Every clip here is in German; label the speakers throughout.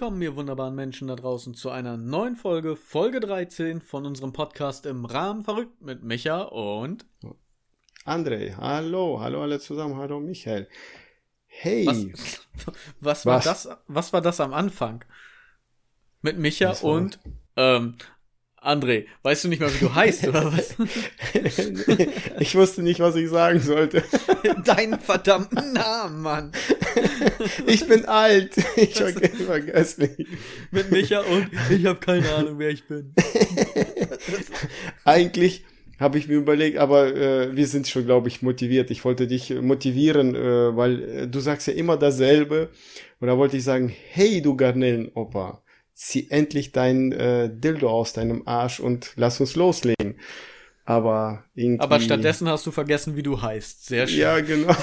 Speaker 1: Willkommen, ihr wunderbaren Menschen da draußen, zu einer neuen Folge, Folge 13 von unserem Podcast im Rahmen verrückt mit Micha und
Speaker 2: André. Hallo alle zusammen, hallo Michael. Hey.
Speaker 1: Was war das am Anfang? Mit Micha und André, weißt du nicht mal, wie du heißt, oder was?
Speaker 2: Ich wusste nicht, was ich sagen sollte.
Speaker 1: Deinen verdammten Namen, Mann.
Speaker 2: Ich bin alt. Ich vergesse nicht.
Speaker 1: Mit Micha und ich habe keine Ahnung, wer ich bin.
Speaker 2: Eigentlich habe ich mir überlegt, aber wir sind schon, glaube ich, motiviert. Ich wollte dich motivieren, weil du sagst ja immer dasselbe. Und da wollte ich sagen, hey, du Garnelenopa. Zieh endlich dein Dildo aus deinem Arsch und lass uns loslegen. Aber
Speaker 1: stattdessen hast du vergessen, wie du heißt. Sehr schön.
Speaker 2: Ja, genau.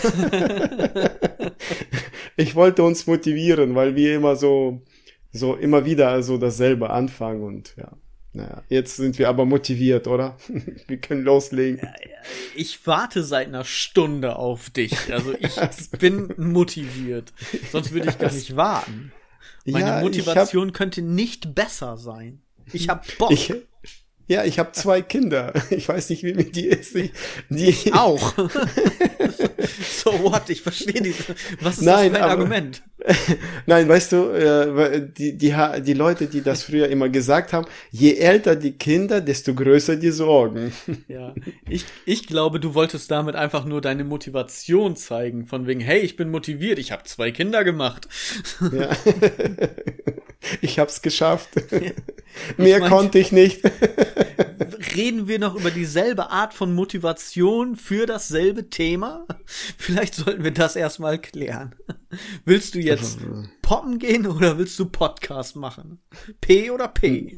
Speaker 2: Ich wollte uns motivieren, weil wir immer so immer wieder so dasselbe anfangen und ja. Naja, jetzt sind wir aber motiviert, oder? Wir können loslegen.
Speaker 1: Ich warte seit einer Stunde auf dich. Also ich bin motiviert. Sonst würde ich gar nicht warten. Meine Motivation könnte nicht besser sein. Ich hab Bock.
Speaker 2: Ich habe 2 Kinder. Ich weiß nicht, wie mit dir ist.
Speaker 1: Ich auch. So what? Ich verstehe nicht. Was ist das für ein Argument?
Speaker 2: Nein, weißt du, die Leute, die das früher immer gesagt haben, je älter die Kinder, desto größer die Sorgen.
Speaker 1: Ja, ich glaube, du wolltest damit einfach nur deine Motivation zeigen. Von wegen, hey, ich bin motiviert, ich habe 2 Kinder gemacht.
Speaker 2: Ja. Ich hab's geschafft. Mehr konnte ich nicht.
Speaker 1: Reden wir noch über dieselbe Art von Motivation für dasselbe Thema? Vielleicht sollten wir das erstmal klären. Willst du jetzt poppen gehen oder willst du Podcast machen? P oder P?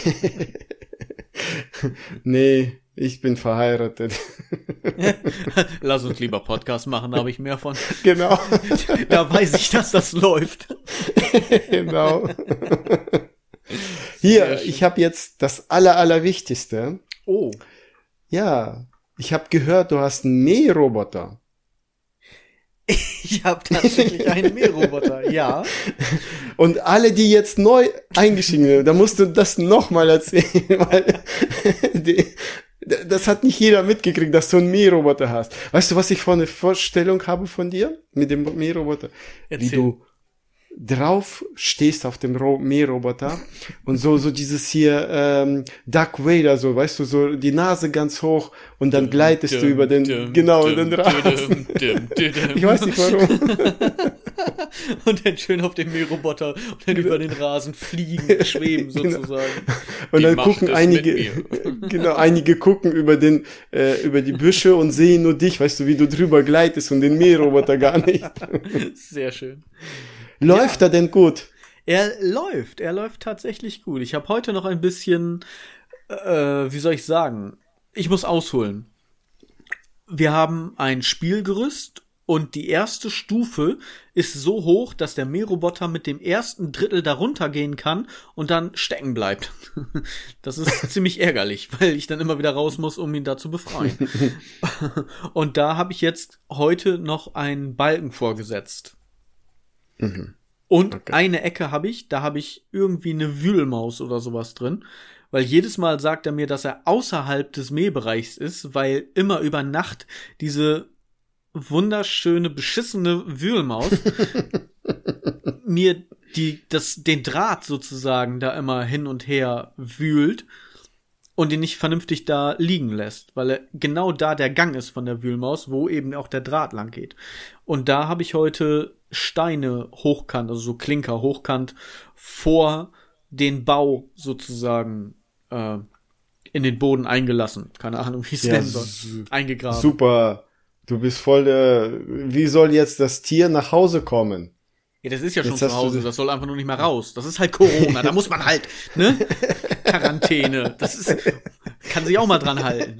Speaker 2: Nee, ich bin verheiratet.
Speaker 1: Lass uns lieber Podcast machen, da habe ich mehr von.
Speaker 2: Genau.
Speaker 1: Da weiß ich, dass das läuft.
Speaker 2: Genau. Hier, ich habe jetzt das Allerwichtigste.
Speaker 1: Oh.
Speaker 2: Ja, ich habe gehört, du hast einen Mähroboter.
Speaker 1: Ich habe tatsächlich einen Mähroboter, ja.
Speaker 2: Und alle, die jetzt neu eingestiegen sind, da musst du das nochmal erzählen, weil das hat nicht jeder mitgekriegt, dass du einen Mähroboter hast. Weißt du, was ich für eine Vorstellung habe von dir mit dem Mähroboter?
Speaker 1: Erzähl.
Speaker 2: Wie du drauf stehst auf dem Mähroboter und so dieses hier Darth Vader, so, weißt du, so die Nase ganz hoch und dann gleitest du über den den Rasen. Ich weiß nicht warum.
Speaker 1: Und dann schön auf dem Mähroboter und dann über den Rasen fliegen, schweben sozusagen.
Speaker 2: Und dann gucken einige gucken über die Büsche und sehen nur dich, weißt du, wie du drüber gleitest und den Mähroboter gar nicht.
Speaker 1: Sehr schön.
Speaker 2: Läuft er denn gut?
Speaker 1: Er läuft tatsächlich gut. Ich habe heute noch ein bisschen, wie soll ich sagen, ich muss ausholen. Wir haben ein Spielgerüst und die erste Stufe ist so hoch, dass der Mähroboter mit dem ersten Drittel darunter gehen kann und dann stecken bleibt. Das ist ziemlich ärgerlich, weil ich dann immer wieder raus muss, um ihn da zu befreien. Und da habe ich jetzt heute noch einen Balken vorgesetzt.
Speaker 2: Mhm.
Speaker 1: Und eine Ecke da habe ich irgendwie eine Wühlmaus oder sowas drin, weil jedes Mal sagt er mir, dass er außerhalb des Mähbereichs ist, weil immer über Nacht diese wunderschöne, beschissene Wühlmaus mir den Draht sozusagen da immer hin und her wühlt und ihn nicht vernünftig da liegen lässt, weil er genau da der Gang ist von der Wühlmaus, wo eben auch der Draht lang geht. Und da habe ich heute Steine hochkant, also so Klinker hochkant, vor den Bau sozusagen in den Boden eingelassen. Keine Ahnung, wie es nennen soll. Eingegraben.
Speaker 2: Super. Du bist voll wie soll jetzt das Tier nach Hause kommen?
Speaker 1: Ja, das ist ja schon zu Hause, das soll einfach nur nicht mehr raus. Das ist halt Corona, da muss man halt, ne? Quarantäne. Kann sich auch mal dran halten.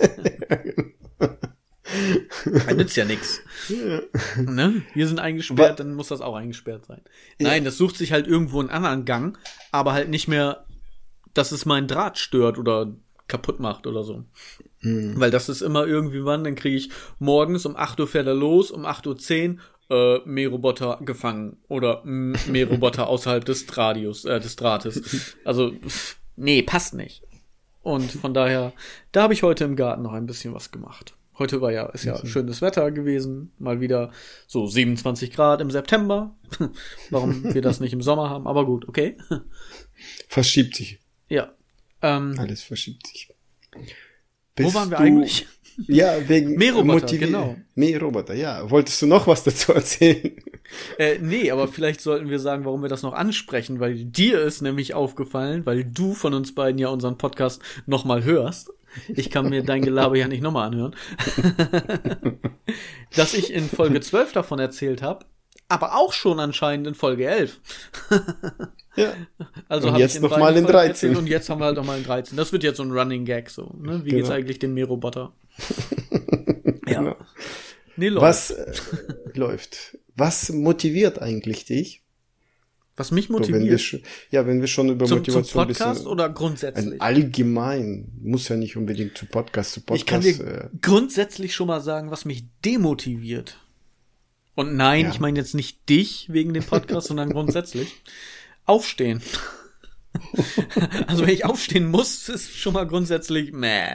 Speaker 1: Das nützt ja nix. Ne? Wir sind eingesperrt, dann muss das auch eingesperrt sein. Nein, das sucht sich halt irgendwo einen anderen Gang, aber halt nicht mehr, dass es meinen Draht stört oder kaputt macht oder so. Weil das ist immer irgendwie wann, dann kriege ich morgens um 8 Uhr fährt er los, um 8:10 Uhr Mähroboter gefangen oder Mähroboter außerhalb des Drahtes. Also, nee, passt nicht. Und von daher, da habe ich heute im Garten noch ein bisschen was gemacht. Heute ist ja schönes Wetter gewesen. Mal wieder so 27 Grad im September. Warum wir das nicht im Sommer haben, aber gut, okay.
Speaker 2: Verschiebt sich.
Speaker 1: Ja.
Speaker 2: Alles verschiebt sich.
Speaker 1: Wo waren wir eigentlich?
Speaker 2: Ja, wegen
Speaker 1: Mähroboter, genau.
Speaker 2: Mähroboter, ja. Wolltest du noch was dazu erzählen?
Speaker 1: Nee, aber vielleicht sollten wir sagen, warum wir das noch ansprechen, weil dir ist nämlich aufgefallen, weil du von uns beiden ja unseren Podcast nochmal hörst. Ich kann mir dein Gelaber ja nicht nochmal anhören. Dass ich in Folge 12 davon erzählt habe, aber auch schon anscheinend in Folge 11.
Speaker 2: Ja.
Speaker 1: Also
Speaker 2: und jetzt nochmal in 13.
Speaker 1: Und jetzt haben wir halt nochmal in 13. Das wird jetzt so ein Running Gag so. Ne? Wie geht's eigentlich dem Mähroboter? Ja.
Speaker 2: Genau.
Speaker 1: Nee, läuft.
Speaker 2: Was läuft? Was motiviert eigentlich dich?
Speaker 1: Was mich motiviert?
Speaker 2: So, wenn wir schon über Motivation
Speaker 1: zum Podcast oder grundsätzlich?
Speaker 2: Allgemein. Muss ja nicht unbedingt zu Podcast.
Speaker 1: Ich kann dir grundsätzlich schon mal sagen, was mich demotiviert. Und nein, ich meine jetzt nicht dich wegen dem Podcast, sondern grundsätzlich. Aufstehen. Also wenn ich aufstehen muss, ist schon mal grundsätzlich meh.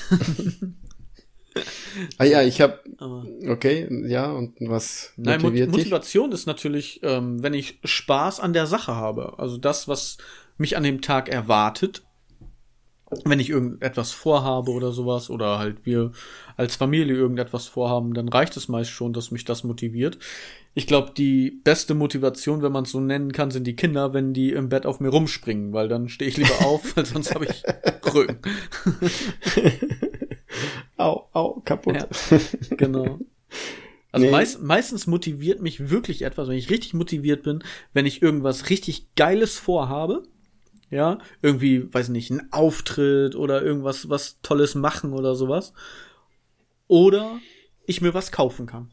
Speaker 2: Ich habe okay, ja, und was motiviert dich?
Speaker 1: Motivation ist natürlich, wenn ich Spaß an der Sache habe. Also das, was mich an dem Tag erwartet. Wenn ich irgendetwas vorhabe oder sowas oder halt wir als Familie irgendetwas vorhaben, dann reicht es meist schon, dass mich das motiviert. Ich glaube, die beste Motivation, wenn man es so nennen kann, sind die Kinder, wenn die im Bett auf mir rumspringen, weil dann stehe ich lieber auf, weil sonst habe ich Kröten.
Speaker 2: Au, kaputt.
Speaker 1: Ja, genau. Also meistens motiviert mich wirklich etwas, wenn ich richtig motiviert bin, wenn ich irgendwas richtig Geiles vorhabe. Ja, irgendwie, weiß nicht, ein Auftritt oder irgendwas, was Tolles machen oder sowas. Oder ich mir was kaufen kann.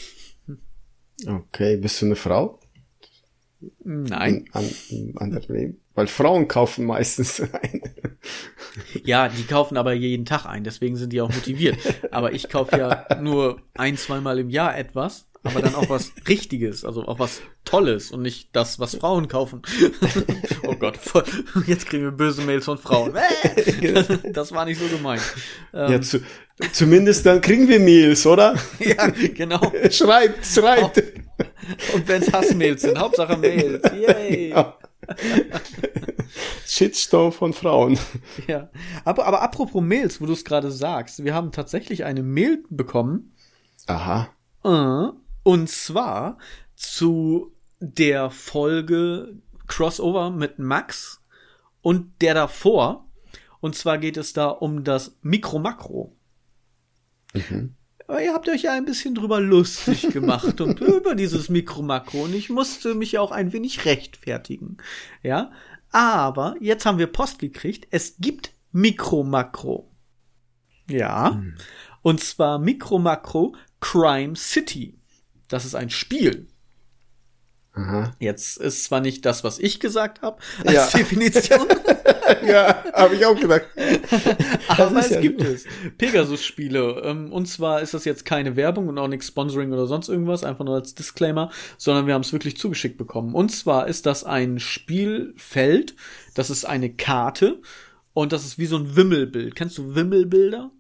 Speaker 2: Okay, bist du eine Frau?
Speaker 1: Nein.
Speaker 2: Anderes Leben. Weil Frauen kaufen meistens ein.
Speaker 1: Ja, die kaufen aber jeden Tag ein, deswegen sind die auch motiviert. Aber ich kaufe ja nur 1-2 Mal im Jahr etwas, aber dann auch was Richtiges, also auch was Tolles und nicht das, was Frauen kaufen. Oh Gott, jetzt kriegen wir böse Mails von Frauen. Das war nicht so gemeint.
Speaker 2: Ja, zumindest dann kriegen wir Mails, oder?
Speaker 1: Ja, genau.
Speaker 2: Schreibt.
Speaker 1: Und wenn's Hassmails sind, Hauptsache Mails. Yay. Ja.
Speaker 2: Shitstorm von Frauen.
Speaker 1: Ja. Aber apropos Mails, wo du es gerade sagst, wir haben tatsächlich eine Mail bekommen.
Speaker 2: Aha.
Speaker 1: Und zwar zu der Folge Crossover mit Max und der davor. Und zwar geht es da um das Mikro-Makro.
Speaker 2: Mhm.
Speaker 1: Aber ihr habt euch ja ein bisschen drüber lustig gemacht und über dieses Mikro-Makro. Und ich musste mich auch ein wenig rechtfertigen. Ja, aber jetzt haben wir Post gekriegt. Es gibt Mikro-Makro. Ja, und zwar Mikro-Makro Crime City. Das ist ein Spiel.
Speaker 2: Aha.
Speaker 1: Jetzt ist zwar nicht das, was ich gesagt habe, als Definition.
Speaker 2: Ja, habe ich auch gedacht.
Speaker 1: Aber es gibt es. Pegasus-Spiele. Und zwar ist das jetzt keine Werbung und auch nichts Sponsoring oder sonst irgendwas, einfach nur als Disclaimer, sondern wir haben es wirklich zugeschickt bekommen. Und zwar ist das ein Spielfeld, das ist eine Karte und das ist wie so ein Wimmelbild. Kennst du Wimmelbilder?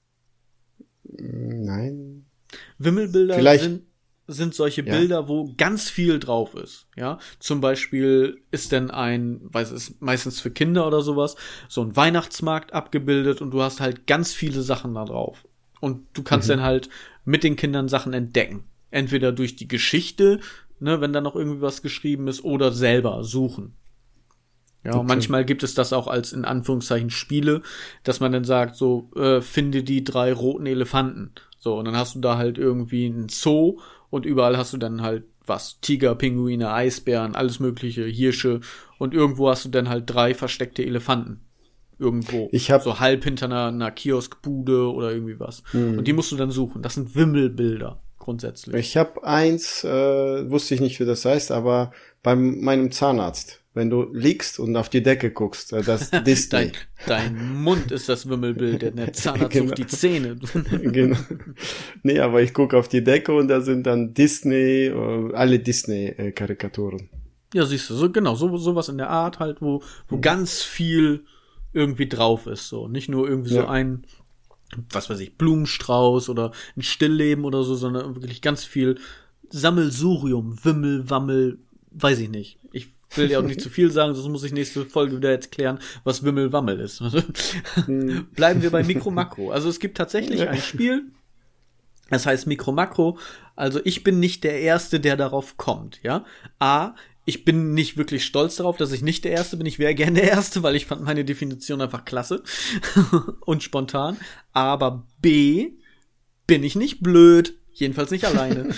Speaker 2: Nein.
Speaker 1: Wimmelbilder sind solche Bilder, wo ganz viel drauf ist, ja. Zum Beispiel ist dann ist meistens für Kinder oder sowas, so ein Weihnachtsmarkt abgebildet und du hast halt ganz viele Sachen da drauf. Und du kannst dann halt mit den Kindern Sachen entdecken. Entweder durch die Geschichte, ne, wenn da noch irgendwie was geschrieben ist, oder selber suchen. Ja, okay. Manchmal gibt es das auch als, in Anführungszeichen, Spiele, dass man dann sagt, so, finde die 3 roten Elefanten. So, und dann hast du da halt irgendwie einen Zoo und überall hast du dann halt was, Tiger, Pinguine, Eisbären, alles mögliche, Hirsche und irgendwo hast du dann halt 3 versteckte Elefanten. Irgendwo. So halb hinter einer Kioskbude oder irgendwie was. Und die musst du dann suchen. Das sind Wimmelbilder, grundsätzlich.
Speaker 2: Ich habe eins, wusste ich nicht, wie das heißt, aber bei meinem Zahnarzt. wenn du liegst und auf die Decke guckst, das Disney.
Speaker 1: Dein Mund ist das Wimmelbild, der Zahnarzt sucht die Zähne.
Speaker 2: Genau. Nee, aber ich gucke auf die Decke und da sind dann Disney, alle Disney-Karikaturen.
Speaker 1: Ja, siehst du, sowas in der Art halt, wo ganz viel irgendwie drauf ist, so. Nicht nur irgendwie so ein, was weiß ich, Blumenstrauß oder ein Stillleben oder so, sondern wirklich ganz viel Sammelsurium, Wimmel, Wammel, weiß ich nicht. Ich will ja auch nicht zu viel sagen, sonst muss ich nächste Folge wieder jetzt klären, was Wimmel-Wammel ist. Bleiben wir bei Mikro-Makro. Also es gibt tatsächlich ein Spiel, das heißt Mikro-Makro. Also ich bin nicht der Erste, der darauf kommt, ja. Ich bin nicht wirklich stolz darauf, dass ich nicht der Erste bin. Ich wäre gerne der Erste, weil ich fand meine Definition einfach klasse und spontan. Aber B, bin ich nicht blöd. Jedenfalls nicht alleine.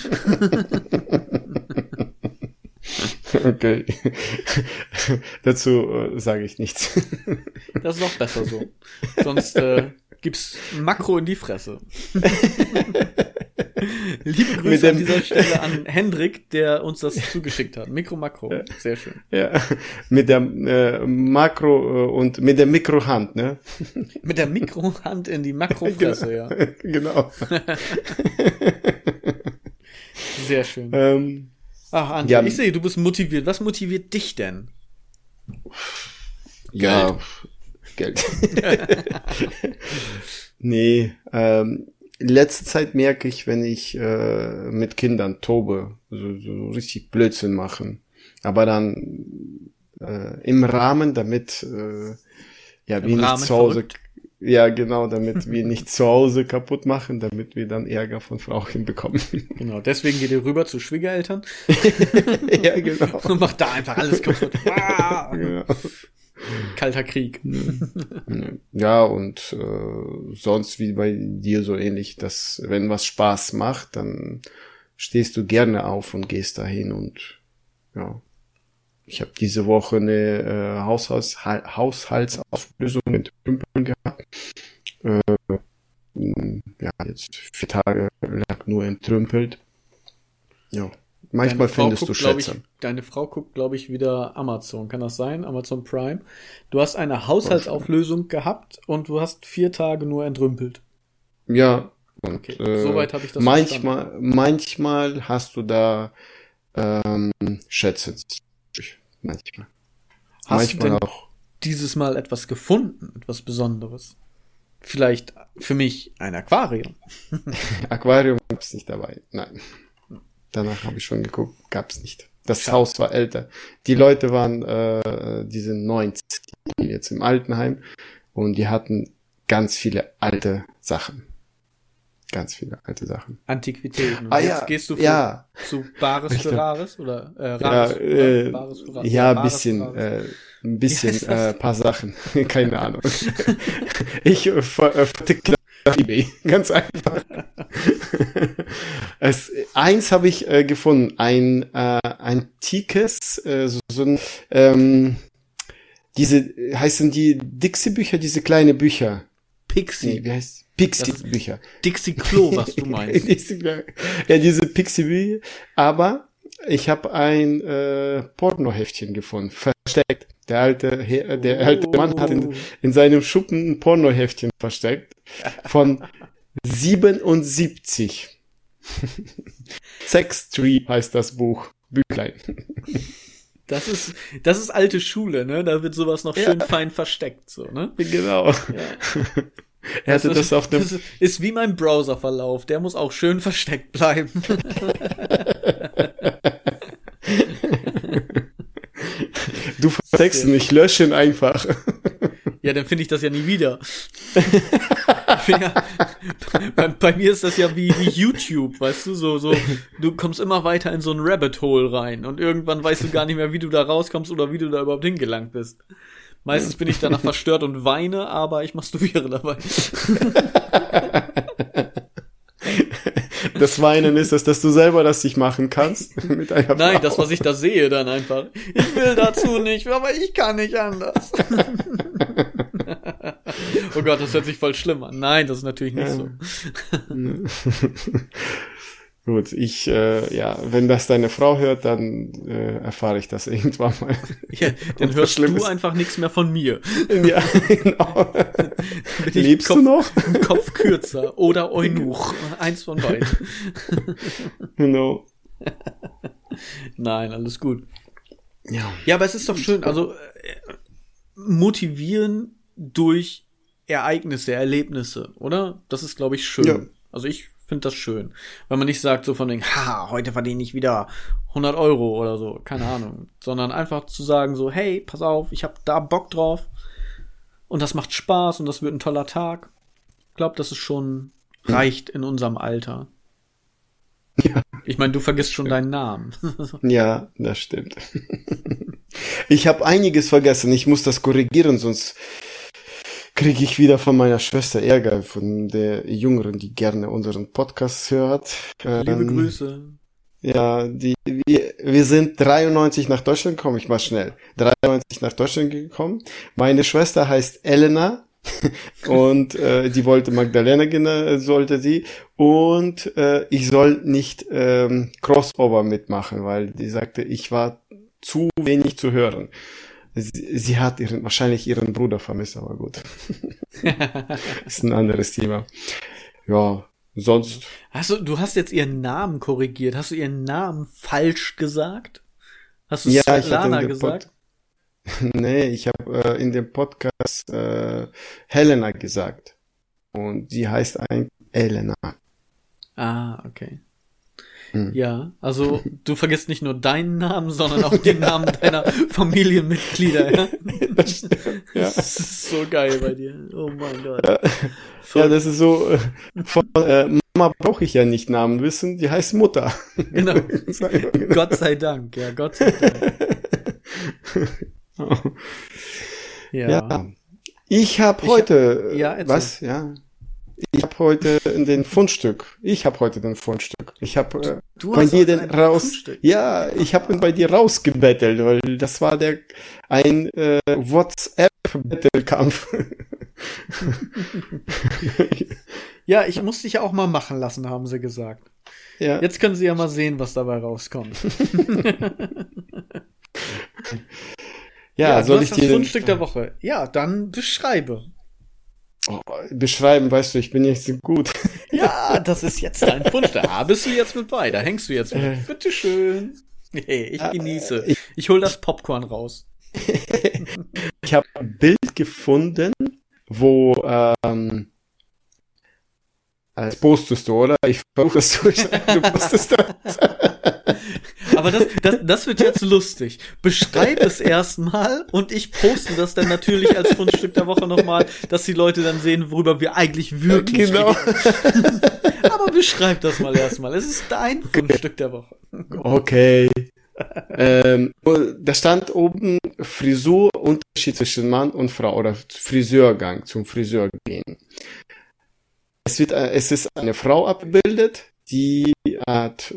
Speaker 2: Okay. Dazu sage ich nichts.
Speaker 1: Das ist auch besser so. Sonst gibt's Makro in die Fresse. Liebe Grüße an dieser Stelle an Hendrik, der uns das zugeschickt hat. Mikro, Makro. Sehr schön.
Speaker 2: Ja, mit der Makro und mit der Mikrohand, ne?
Speaker 1: Mit der Mikrohand in die Makrofresse,
Speaker 2: genau.
Speaker 1: Ja.
Speaker 2: Genau.
Speaker 1: Sehr schön. Ach, André, ja, ich sehe, du bist motiviert. Was motiviert dich denn?
Speaker 2: Ja, Geld. Nee, letzte Zeit merke ich, wenn ich mit Kindern tobe, so richtig Blödsinn machen. Aber dann im Rahmen, damit wir nicht zu Hause... Verrückt. Ja, genau, damit wir nicht zu Hause kaputt machen, damit wir dann Ärger von Frauchen bekommen.
Speaker 1: Genau, deswegen geht ihr rüber zu Schwiegereltern.
Speaker 2: Ja, genau.
Speaker 1: Und macht da einfach alles kaputt. Genau. Kalter Krieg.
Speaker 2: Ja, und sonst wie bei dir so ähnlich, dass wenn was Spaß macht, dann stehst du gerne auf und gehst dahin und ja. Ich habe diese Woche eine Haushaltsauflösung mit Tümpeln gehabt. Jetzt 4 Tage lang nur entrümpelt. Ja, manchmal findest du Schätze.
Speaker 1: Deine Frau guckt, glaube ich, wieder Amazon. Kann das sein? Amazon Prime. Du hast eine Haushaltsauflösung gehabt und du hast 4 Tage nur entrümpelt.
Speaker 2: Ja. Und,
Speaker 1: okay, soweit habe ich das
Speaker 2: manchmal hast du da Schätze.
Speaker 1: Hast du denn auch dieses Mal etwas gefunden? Etwas Besonderes? Vielleicht für mich ein Aquarium.
Speaker 2: Aquarium gab's nicht dabei. Nein. Danach habe ich schon geguckt. Gab's nicht. Das Haus war älter. Die Leute waren, die sind 90 jetzt im Altenheim und die hatten ganz viele alte Sachen. Ganz viele alte Sachen.
Speaker 1: Antiquitäten. Und jetzt gehst du zu Bares für Rares oder Rares Bares für Rares?
Speaker 2: Ja, ein bisschen, paar Sachen. Keine Ahnung. Ich verticke auf eBay. Ganz einfach. Eins habe ich gefunden. Ein antikes, diese heißen die Dixie-Bücher, diese kleine Bücher.
Speaker 1: Pixie.
Speaker 2: Nee, wie heißt Pixie-Bücher.
Speaker 1: Dixie-Klo, was du meinst.
Speaker 2: Ja, diese Pixie-Bücher. Aber ich habe ein Pornoheftchen gefunden, versteckt. Der alte Mann hat in seinem Schuppen ein Pornoheftchen versteckt. Von 77. Sex Tree heißt das Buch. Büchlein.
Speaker 1: Das ist alte Schule, ne? Da wird sowas noch schön fein versteckt, so, ne?
Speaker 2: Genau. Ja. Das
Speaker 1: ist wie mein Browserverlauf, der muss auch schön versteckt bleiben.
Speaker 2: Du versteckst ihn, ich lösche ihn einfach.
Speaker 1: Ja, dann finde ich das ja nie wieder. Bei mir ist das ja wie YouTube, weißt du, so, du kommst immer weiter in so ein Rabbit Hole rein und irgendwann weißt du gar nicht mehr, wie du da rauskommst oder wie du da überhaupt hingelangt bist. Meistens bin ich danach verstört und weine, aber ich masturbiere dabei.
Speaker 2: Das Weinen ist es, dass du selber das nicht machen kannst. Mit einer
Speaker 1: Nein,
Speaker 2: Frau.
Speaker 1: Das, was ich da sehe, dann einfach. Ich will dazu nicht, aber ich kann nicht anders. Oh Gott, das hört sich voll schlimm an. Nein, das ist natürlich nicht so.
Speaker 2: Gut, wenn das deine Frau hört, dann erfahre ich das irgendwann mal.
Speaker 1: Ja, dann hörst du einfach nichts mehr von mir.
Speaker 2: Ja, genau.
Speaker 1: Lebst du noch? Kopf kürzer oder Eunuch. Eins von beiden.
Speaker 2: Genau.
Speaker 1: Nein, alles gut.
Speaker 2: Ja.
Speaker 1: Ja, aber es ist doch schön, also motivieren durch Ereignisse, Erlebnisse, oder? Das ist, glaube ich, schön.
Speaker 2: Ja.
Speaker 1: Also ich finde das schön. Weil man nicht sagt so von wegen, heute verdiene ich wieder 100 Euro oder so, keine Ahnung. Sondern einfach zu sagen so, hey, pass auf, ich habe da Bock drauf und das macht Spaß und das wird ein toller Tag. Ich glaube, das ist schon reicht in unserem Alter.
Speaker 2: Ja.
Speaker 1: Ich meine, du vergisst schon deinen Namen.
Speaker 2: Ja, das stimmt. Ich habe einiges vergessen. Ich muss das korrigieren, sonst kriege ich wieder von meiner Schwester Ärger, von der Jüngeren, die gerne unseren Podcast hört.
Speaker 1: Liebe Grüße.
Speaker 2: Ja, wir sind 93 nach Deutschland gekommen. Ich mach schnell. 93 nach Deutschland gekommen. Meine Schwester heißt Elena. Und die wollte Magdalena, sollte sie. Und ich soll nicht Crossover mitmachen, weil die sagte, ich war zu wenig zu hören. Sie hat wahrscheinlich ihren Bruder vermisst, aber gut. Ist ein anderes Thema. Ja, sonst.
Speaker 1: Du hast jetzt ihren Namen korrigiert. Hast du ihren Namen falsch gesagt? Hast du
Speaker 2: ja,
Speaker 1: Svetlana gesagt?
Speaker 2: Nee, ich habe in dem Podcast Helena gesagt. Und sie heißt eigentlich Elena.
Speaker 1: Ah, okay. Ja, also du vergisst nicht nur deinen Namen, sondern auch den Namen deiner Familienmitglieder, ja?
Speaker 2: Das stimmt, ja.
Speaker 1: Das ist so geil bei dir. Oh mein Gott.
Speaker 2: Ja, das ist so, von Mama brauche ich ja nicht Namen wissen, die heißt Mutter.
Speaker 1: Genau. Gott sei Dank, ja, Gott sei Dank.
Speaker 2: Ja. Ich habe heute, was? Ja. Ich habe heute den Fundstück. Ich habe bei dir den raus. Fundstück. Ja, ich habe ihn bei dir rausgebettelt, weil das war ein WhatsApp-Battlekampf.
Speaker 1: Ja, ich muss dich ja auch mal machen lassen, haben sie gesagt. Ja. Jetzt können sie ja mal sehen, was dabei rauskommt. Ja, soll ich dir das Fundstück der Woche? Ja, dann beschreibe.
Speaker 2: Oh, beschreiben, weißt du, ich bin nicht so gut.
Speaker 1: Ja, das ist jetzt dein Fundstück. Da bist du jetzt mit bei, da hängst du jetzt mit. Bitteschön. Hey, ich genieße. Ich hol das Popcorn raus.
Speaker 2: Ich habe ein Bild gefunden, wo das postest du, oder? Ich versuche es zu sagen, du postest das.
Speaker 1: Aber das wird jetzt lustig. Beschreib es erstmal und ich poste das dann natürlich als Fundstück der Woche nochmal, dass die Leute dann sehen, worüber wir eigentlich wirklich reden. Aber beschreib das mal erstmal. Es ist dein Fundstück der Woche.
Speaker 2: Okay. Da stand oben Frisur, Unterschied zwischen Mann und Frau oder Friseurgang, zum Friseur gehen. Es ist eine Frau abgebildet, die hat,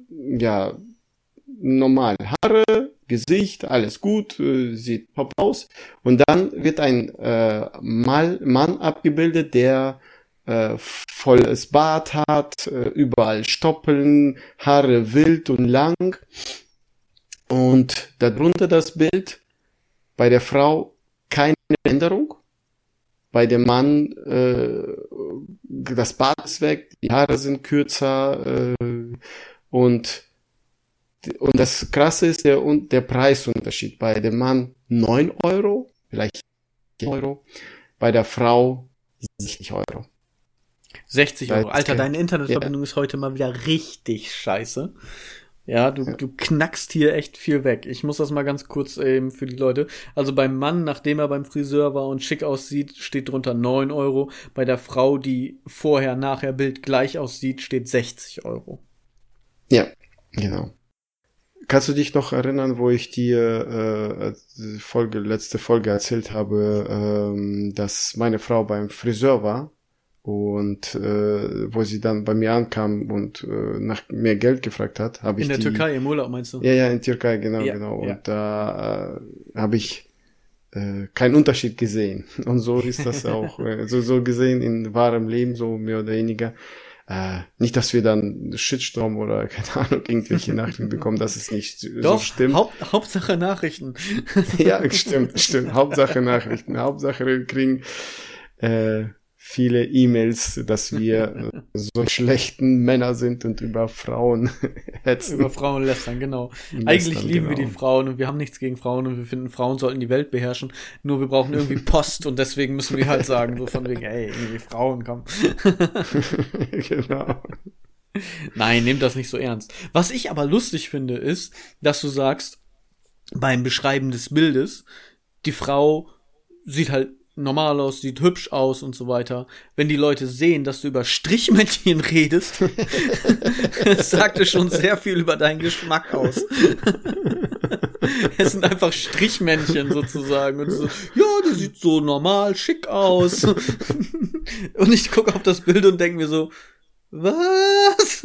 Speaker 2: normal Haare, Gesicht, alles gut, sieht top aus. Und dann wird ein Mann abgebildet, der volles Bart hat, überall Stoppeln, Haare wild und lang. Und darunter das Bild, bei der Frau keine Änderung. Bei dem Mann das Bart ist weg, die Haare sind kürzer und das Krasse ist der Preisunterschied. Bei dem Mann 9 Euro, vielleicht 10 Euro, bei der Frau 60 Euro.
Speaker 1: 60 Euro. Alter, deine Internetverbindung ist heute mal wieder richtig scheiße. Ja, du knackst hier echt viel weg. Ich muss das mal ganz kurz eben für die Leute. Also beim Mann, nachdem er beim Friseur war und schick aussieht, steht drunter 9 Euro. Bei der Frau, die vorher, nachher Bild gleich aussieht, steht 60 Euro.
Speaker 2: Ja, genau. Kannst du dich noch erinnern, wo ich dir letzte Folge erzählt habe, dass meine Frau beim Friseur war und wo sie dann bei mir ankam und nach mehr Geld gefragt hat, habe ich
Speaker 1: in der Türkei im Urlaub meinst du?
Speaker 2: Ja, in Türkei, genau. Und da habe ich keinen Unterschied gesehen. Und so ist das auch, so gesehen in wahrem Leben, so mehr oder weniger. nicht, dass wir dann Shitstorm oder keine Ahnung, irgendwelche Nachrichten bekommen, dass es nicht
Speaker 1: Doch,
Speaker 2: so stimmt.
Speaker 1: Hauptsache Nachrichten.
Speaker 2: Ja, stimmt. Hauptsache Nachrichten. Hauptsache wir kriegen viele E-Mails, dass wir so schlechten Männer sind und über Frauen hetzen.
Speaker 1: Über Frauen lästern, genau.
Speaker 2: Lästern,
Speaker 1: Eigentlich lieben wir
Speaker 2: genau.
Speaker 1: die Frauen und wir haben nichts gegen Frauen und wir finden, Frauen sollten die Welt beherrschen. Nur wir brauchen irgendwie Post und deswegen müssen wir halt sagen, so von wegen, ey, irgendwie Frauen, komm.
Speaker 2: Genau.
Speaker 1: Nein, nehmt das nicht so ernst. Was ich aber lustig finde, ist, dass du sagst, beim Beschreiben des Bildes, die Frau sieht halt normal aus, sieht hübsch aus und so weiter. Wenn die Leute sehen, dass du über Strichmännchen redest, das sagt es schon sehr viel über deinen Geschmack aus. Es sind einfach Strichmännchen sozusagen. Und so, ja, die sieht so normal, schick aus. Und ich gucke auf das Bild und denke mir so, was?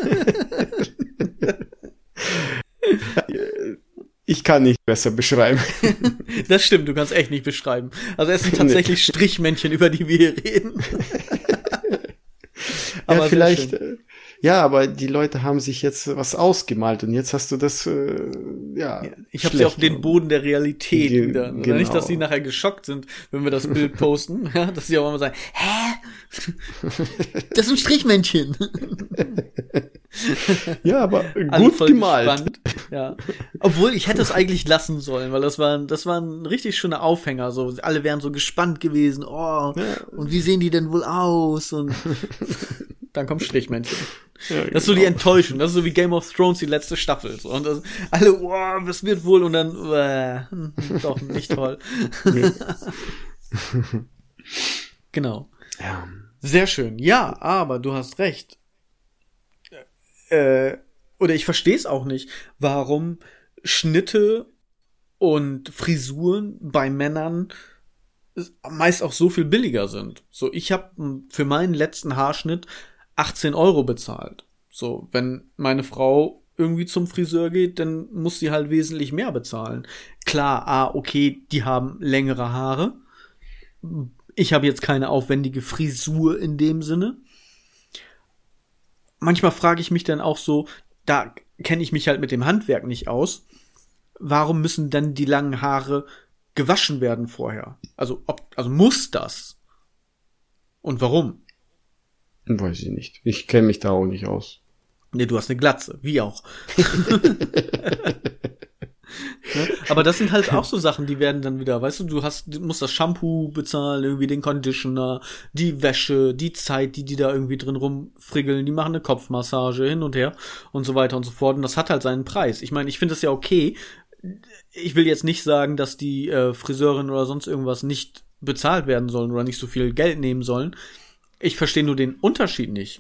Speaker 2: Ich kann nicht besser beschreiben.
Speaker 1: Das stimmt, du kannst echt nicht beschreiben. Also es sind tatsächlich Strichmännchen, über die wir hier reden.
Speaker 2: Aber ja, vielleicht, aber die Leute haben sich jetzt was ausgemalt und jetzt hast du das,
Speaker 1: Ich habe sie auf den Boden der Realität wieder.
Speaker 2: Genau.
Speaker 1: Nicht, dass sie nachher geschockt sind, wenn wir das Bild posten, ja, dass sie auch immer sagen, hä? Das sind Strichmännchen.
Speaker 2: Ja, aber gut gemalt.
Speaker 1: Spannend. Ja. Obwohl, ich hätte es eigentlich lassen sollen, weil das war ein richtig schöner Aufhänger. So, alle wären so gespannt gewesen. Oh, und wie sehen die denn wohl aus? Und dann kommt Strichmännchen. Ja, das ist so die Enttäuschung. Das ist so wie Game of Thrones, die letzte Staffel. So. Und alle, was wird wohl? Und dann, doch, nicht toll. Genau.
Speaker 2: Ja.
Speaker 1: Sehr schön. Ja, aber du hast recht. Oder ich verstehe es auch nicht, warum Schnitte und Frisuren bei Männern meist auch so viel billiger sind. So, ich habe für meinen letzten Haarschnitt 18 € bezahlt. So, wenn meine Frau irgendwie zum Friseur geht, dann muss sie halt wesentlich mehr bezahlen. Klar, okay, die haben längere Haare. Ich habe jetzt keine aufwendige Frisur in dem Sinne. Manchmal frage ich mich dann auch so, da kenne ich mich halt mit dem Handwerk nicht aus. Warum müssen dann die langen Haare gewaschen werden vorher? Also muss das? Und warum?
Speaker 2: Weiß ich nicht. Ich kenne mich da auch nicht aus.
Speaker 1: Nee, du hast eine Glatze, wie auch. Ne? Aber das sind halt auch so Sachen, die werden dann wieder, weißt du, du musst das Shampoo bezahlen, irgendwie den Conditioner, die Wäsche, die Zeit, die da irgendwie drin rumfrickeln, die machen eine Kopfmassage hin und her und so weiter und so fort. Und das hat halt seinen Preis. Ich meine, ich finde das ja okay. Ich will jetzt nicht sagen, dass die Friseurin oder sonst irgendwas nicht bezahlt werden sollen oder nicht so viel Geld nehmen sollen. Ich verstehe nur den Unterschied nicht.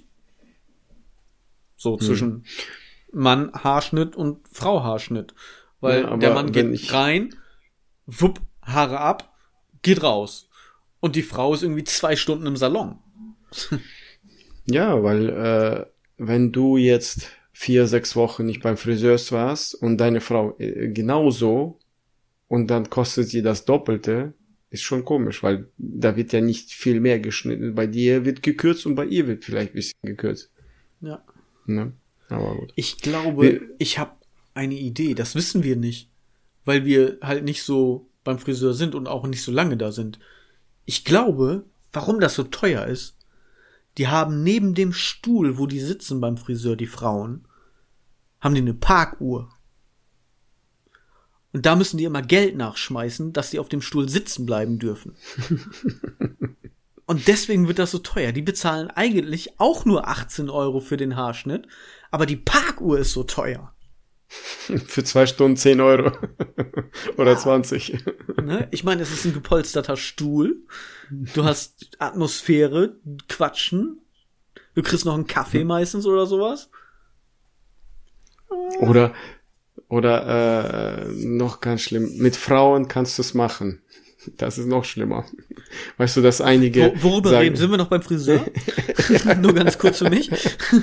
Speaker 1: So zwischen Mann Haarschnitt und Frau Haarschnitt. Weil
Speaker 2: ja,
Speaker 1: der Mann geht rein, wupp, Haare ab, geht raus. Und die Frau ist irgendwie 2 Stunden im Salon.
Speaker 2: Ja, weil wenn du jetzt 4-6 Wochen nicht beim Friseur warst und deine Frau genauso und dann kostet sie das Doppelte, ist schon komisch, weil da wird ja nicht viel mehr geschnitten. Bei dir wird gekürzt und bei ihr wird vielleicht ein bisschen gekürzt.
Speaker 1: Ja.
Speaker 2: Ne? Aber gut.
Speaker 1: Ich glaube, ich habe eine Idee, das wissen wir nicht, weil wir halt nicht so beim Friseur sind und auch nicht so lange da sind. Ich glaube, warum das so teuer ist, die haben neben dem Stuhl, wo die sitzen beim Friseur, die Frauen, haben die eine Parkuhr. Und da müssen die immer Geld nachschmeißen, dass die auf dem Stuhl sitzen bleiben dürfen. Und deswegen wird das so teuer. Die bezahlen eigentlich auch nur 18 € für den Haarschnitt, aber die Parkuhr ist so teuer.
Speaker 2: Für 2 Stunden 10 € oder 20.
Speaker 1: Ne? Ich meine, es ist ein gepolsterter Stuhl. Du hast Atmosphäre, Quatschen. Du kriegst noch einen Kaffee meistens oder sowas.
Speaker 2: Oder noch ganz schlimm. Mit Frauen kannst du es machen. Das ist noch schlimmer. Weißt du, dass einige
Speaker 1: worüber
Speaker 2: sagen,
Speaker 1: reden? Sind wir noch beim Friseur? Nur ganz kurz für mich.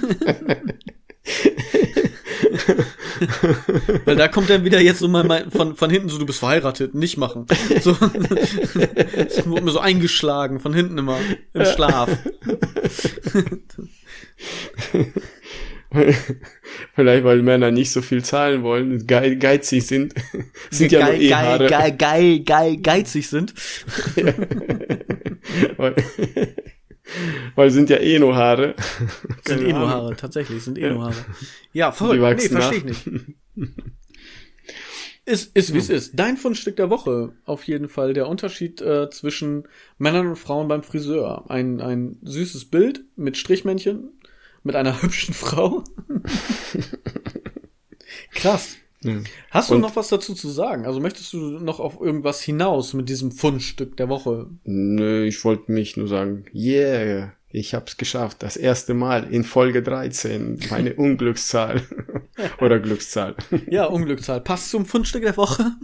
Speaker 1: Weil da kommt dann wieder jetzt so mal von hinten so, du bist verheiratet, nicht machen. So, es wurde mir so eingeschlagen, von hinten immer, im Schlaf.
Speaker 2: Vielleicht, weil Männer nicht so viel zahlen wollen, geizig sind. Sind ja nur Haare.
Speaker 1: Geizig sind.
Speaker 2: Weil sind ja nur Haare.
Speaker 1: Sind nur Haare, tatsächlich, sind nur Haare. Ja, voll. Nee, verstehe ich nicht. Ist wie es ist. Dein Fundstück der Woche, auf jeden Fall. Der Unterschied zwischen Männern und Frauen beim Friseur. Ein süßes Bild mit Strichmännchen, mit einer hübschen Frau. Krass. Ja. Hast du noch was dazu zu sagen? Also möchtest du noch auf irgendwas hinaus mit diesem Fundstück der Woche?
Speaker 2: Nö, ich wollte mich nur sagen, yeah, ich hab's geschafft. Das erste Mal in Folge 13. Meine Unglückszahl. Oder Glückszahl.
Speaker 1: Ja, Unglückszahl. Passt zum Fundstück der Woche.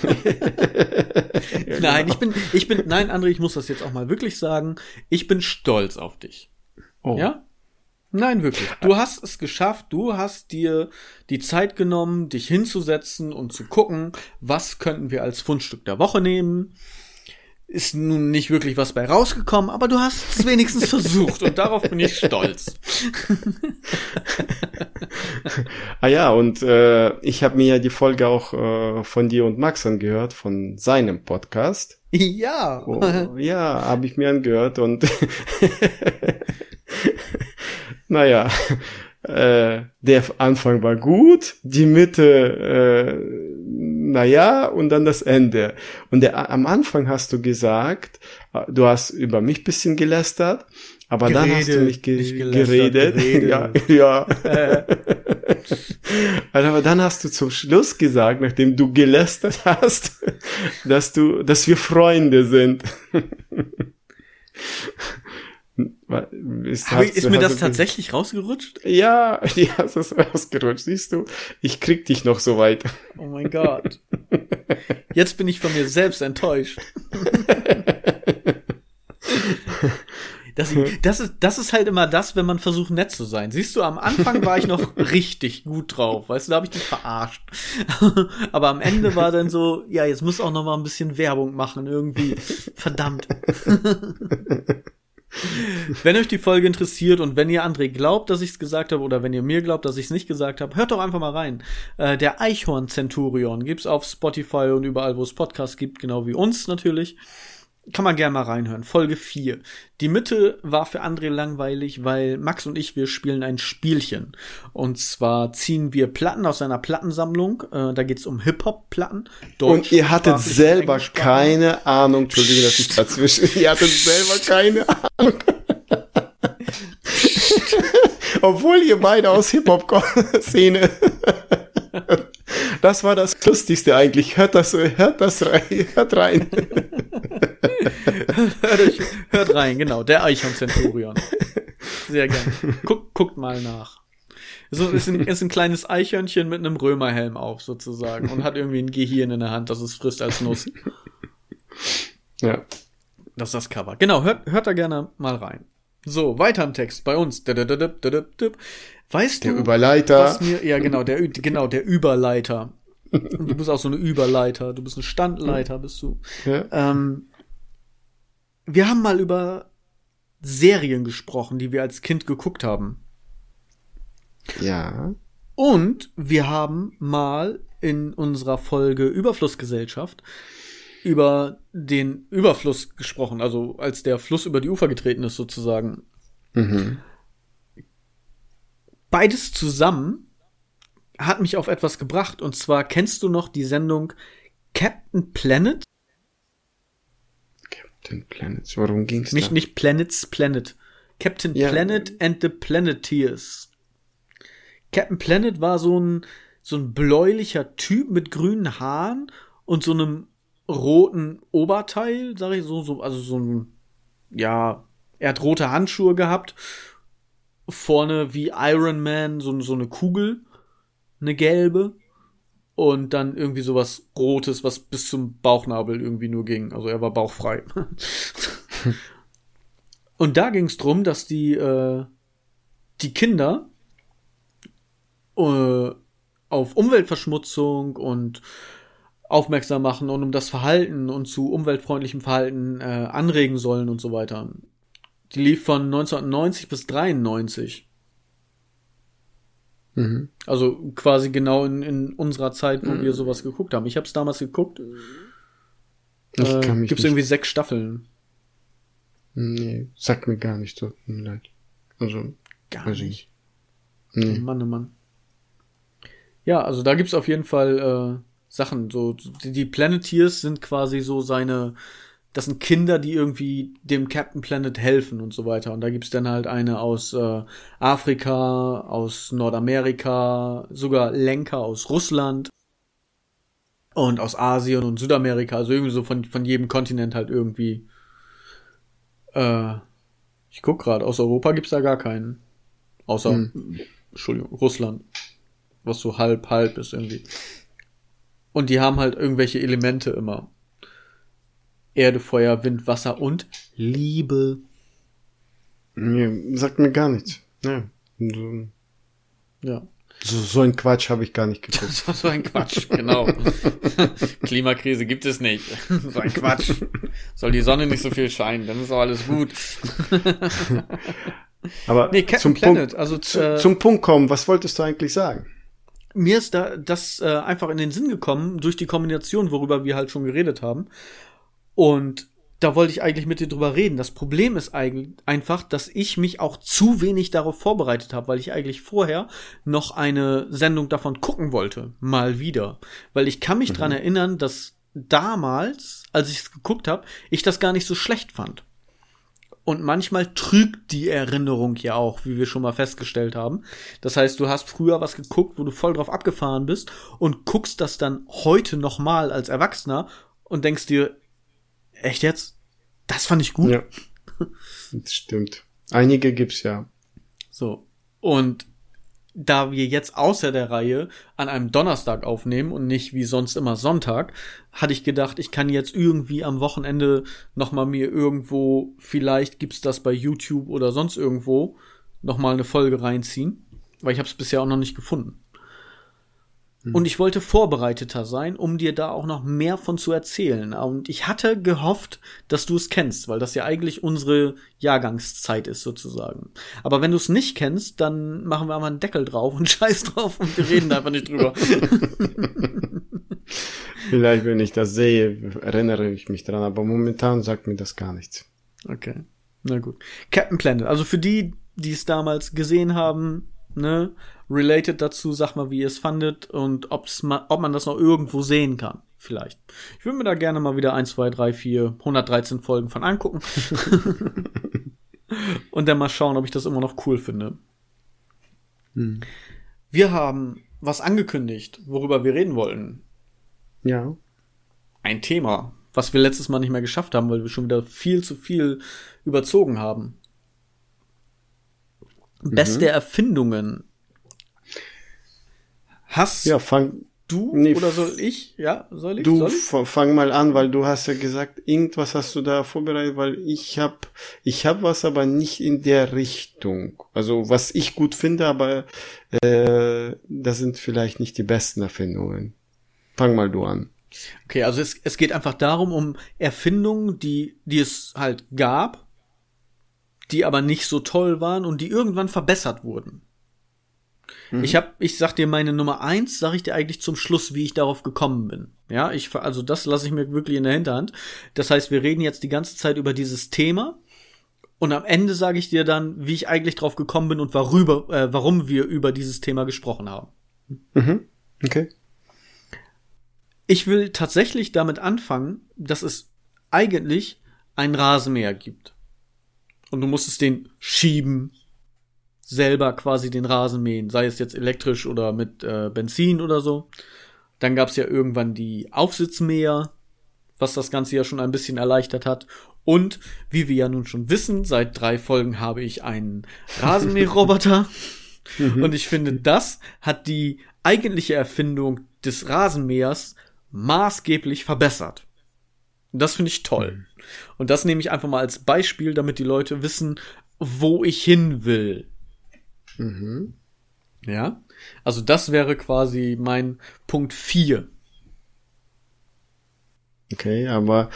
Speaker 1: Ja, nein, genau. Nein, André, ich muss das jetzt auch mal wirklich sagen. Ich bin stolz auf dich.
Speaker 2: Oh.
Speaker 1: Ja? Nein, wirklich. Du hast es geschafft. Du hast dir die Zeit genommen, dich hinzusetzen und zu gucken, was könnten wir als Fundstück der Woche nehmen. Ist nun nicht wirklich was bei rausgekommen, aber du hast es wenigstens versucht und darauf bin ich stolz.
Speaker 2: Ja, und ich habe mir ja die Folge auch von dir und Max angehört, von seinem Podcast.
Speaker 1: Ja.
Speaker 2: Oh, ja, habe ich mir angehört und naja, der Anfang war gut, die Mitte, naja, und dann das Ende. Und am Anfang hast du gesagt, du hast über mich ein bisschen gelästert, aber dann hast du nicht geredet. Ja. Aber dann hast du zum Schluss gesagt, nachdem du gelästert hast, dass wir Freunde sind.
Speaker 1: Ist mir das tatsächlich rausgerutscht?
Speaker 2: Ja, die hast es rausgerutscht, siehst du? Ich krieg dich noch so weit.
Speaker 1: Oh mein Gott. Jetzt bin ich von mir selbst enttäuscht. Das ist halt immer das, wenn man versucht, nett zu sein. Siehst du, am Anfang war ich noch richtig gut drauf. Weißt du, da habe ich dich verarscht. Aber am Ende war dann so, ja, jetzt muss auch noch mal ein bisschen Werbung machen irgendwie. Verdammt. Wenn euch die Folge interessiert und wenn ihr André glaubt, dass ich es gesagt habe oder wenn ihr mir glaubt, dass ich es nicht gesagt habe, hört doch einfach mal rein. Der Eichhorn Centurion gibt's auf Spotify und überall, wo es Podcasts gibt, genau wie uns natürlich. Kann man gerne mal reinhören. Folge 4. Die Mitte war für André langweilig, weil Max und ich, wir spielen ein Spielchen. Und zwar ziehen wir Platten aus seiner Plattensammlung. Da geht's um Hip-Hop-Platten.
Speaker 2: Und ihr hattet selber keine Ahnung. Entschuldige, dass ich dazwischen. Ihr hattet selber keine Ahnung. Obwohl ihr beide aus Hip-Hop-Szene. Das war das Lustigste eigentlich. Hört rein.
Speaker 1: Hört rein, genau. Der Eichhorn Centurion. Sehr gerne. Guckt mal nach. So ist ein kleines Eichhörnchen mit einem Römerhelm auf, sozusagen. Und hat irgendwie ein Gehirn in der Hand, das es frisst als Nuss.
Speaker 2: Ja.
Speaker 1: Das ist das Cover. Genau, hört da gerne mal rein. So, weiter im Text bei uns. Weißt du,
Speaker 2: der Überleiter.
Speaker 1: Was mir, ja, genau, der Überleiter. Du bist auch so eine Überleiter. Du bist ein Standleiter, bist du.
Speaker 2: Ja.
Speaker 1: Wir haben mal über Serien gesprochen, die wir als Kind geguckt haben.
Speaker 2: Ja.
Speaker 1: Und wir haben mal in unserer Folge Überflussgesellschaft über den Überfluss gesprochen, also als der Fluss über die Ufer getreten ist, sozusagen.
Speaker 2: Mhm.
Speaker 1: Beides zusammen hat mich auf etwas gebracht, und zwar kennst du noch die Sendung Captain Planet?
Speaker 2: Captain Planet, worum ging's da?
Speaker 1: Nicht Planets, Planet. Captain Planet and the Planeteers. Captain Planet war so ein bläulicher Typ mit grünen Haaren und so einem roten Oberteil, sag ich also so ein, ja, er hat rote Handschuhe gehabt, vorne wie Iron Man so eine Kugel, eine gelbe, und dann irgendwie sowas Rotes, was bis zum Bauchnabel irgendwie nur ging, also er war bauchfrei. Und da ging's drum, dass die Kinder auf Umweltverschmutzung und aufmerksam machen und um das Verhalten und zu umweltfreundlichem Verhalten anregen sollen und so weiter. Die lief von 1990 bis 93. Also quasi genau in unserer Zeit, wo wir sowas geguckt haben. Ich habe es damals geguckt. Gibt's irgendwie 6 Staffeln.
Speaker 2: Nee, sagt mir gar nicht, tut mir leid. Also,
Speaker 1: gar nicht. Nee. Oh Mann, oh Mann. Ja, also da gibt's auf jeden Fall Sachen. So die Planeteers sind quasi so das sind Kinder, die irgendwie dem Captain Planet helfen und so weiter. Und da gibt's dann halt eine aus Afrika, aus Nordamerika, sogar Lenker aus Russland und aus Asien und Südamerika. Also irgendwie so von jedem Kontinent halt irgendwie. Ich guck gerade, aus Europa gibt's da gar keinen. Außer, Entschuldigung, Russland. Was so halb ist irgendwie. Und die haben halt irgendwelche Elemente immer. Erde, Feuer, Wind, Wasser und Liebe.
Speaker 2: Nee, sagt mir gar nichts. Ja. So ein Quatsch habe ich gar nicht geguckt.
Speaker 1: So ein Quatsch, genau. Klimakrise gibt es nicht. So ein Quatsch. Soll die Sonne nicht so viel scheinen, dann ist auch alles gut.
Speaker 2: Aber
Speaker 1: nee, Captain Planet,
Speaker 2: zum Punkt kommen, was wolltest du eigentlich sagen?
Speaker 1: Mir ist da das einfach in den Sinn gekommen, durch die Kombination, worüber wir halt schon geredet haben. Und da wollte ich eigentlich mit dir drüber reden. Das Problem ist eigentlich einfach, dass ich mich auch zu wenig darauf vorbereitet habe, weil ich eigentlich vorher noch eine Sendung davon gucken wollte. Mal wieder. Weil ich kann mich dran erinnern, dass damals, als ich es geguckt habe, ich das gar nicht so schlecht fand. Und manchmal trügt die Erinnerung ja auch, wie wir schon mal festgestellt haben. Das heißt, du hast früher was geguckt, wo du voll drauf abgefahren bist und guckst das dann heute nochmal als Erwachsener und denkst dir, echt jetzt? Das fand ich gut.
Speaker 2: Ja, das stimmt. Einige gibt's ja.
Speaker 1: So. Und da wir jetzt außer der Reihe an einem Donnerstag aufnehmen und nicht wie sonst immer Sonntag, hatte ich gedacht, ich kann jetzt irgendwie am Wochenende nochmal mir irgendwo, vielleicht gibt's das bei YouTube oder sonst irgendwo, nochmal eine Folge reinziehen. Weil ich habe es bisher auch noch nicht gefunden. Und ich wollte vorbereiteter sein, um dir da auch noch mehr von zu erzählen. Und ich hatte gehofft, dass du es kennst, weil das ja eigentlich unsere Jahrgangszeit ist sozusagen. Aber wenn du es nicht kennst, dann machen wir einmal einen Deckel drauf und scheiß drauf und wir reden einfach nicht drüber.
Speaker 2: Vielleicht, wenn ich das sehe, erinnere ich mich dran, aber momentan sagt mir das gar nichts.
Speaker 1: Okay, na gut. Captain Planet, also für die es damals gesehen haben, ne, related dazu, sag mal, wie ihr es fandet und ob man das noch irgendwo sehen kann, vielleicht. Ich würde mir da gerne mal wieder 1, 2, 3, 4, 113 Folgen von angucken. Und dann mal schauen, ob ich das immer noch cool finde. Wir haben was angekündigt, worüber wir reden wollten.
Speaker 2: Ja.
Speaker 1: Ein Thema, was wir letztes Mal nicht mehr geschafft haben, weil wir schon wieder viel zu viel überzogen haben. Beste Erfindungen. Hast du oder soll ich? Ja, soll ich?
Speaker 2: Du fang mal an, weil du hast ja gesagt, irgendwas hast du da vorbereitet, weil ich hab was, aber nicht in der Richtung. Also was ich gut finde, aber das sind vielleicht nicht die besten Erfindungen. Fang mal du an.
Speaker 1: Okay, also es geht einfach darum, um Erfindungen, die es halt gab, die aber nicht so toll waren und die irgendwann verbessert wurden. Ich sag dir meine Nummer 1, sag ich dir eigentlich zum Schluss, wie ich darauf gekommen bin. Ja, also das lasse ich mir wirklich in der Hinterhand. Das heißt, wir reden jetzt die ganze Zeit über dieses Thema und am Ende sage ich dir dann, wie ich eigentlich drauf gekommen bin und warum wir über dieses Thema gesprochen haben.
Speaker 2: Okay.
Speaker 1: Ich will tatsächlich damit anfangen, dass es eigentlich einen Rasenmäher gibt. Und du musstest den schieben, selber quasi den Rasen mähen, sei es jetzt elektrisch oder mit Benzin oder so. Dann gab's ja irgendwann die Aufsitzmäher, was das Ganze ja schon ein bisschen erleichtert hat. Und wie wir ja nun schon wissen, seit 3 Folgen habe ich einen Rasenmäherroboter. Und ich finde, das hat die eigentliche Erfindung des Rasenmähers maßgeblich verbessert. Und das finde ich toll. Und das nehme ich einfach mal als Beispiel, damit die Leute wissen, wo ich hin will. Ja, also das wäre quasi mein Punkt 4.
Speaker 2: Okay, aber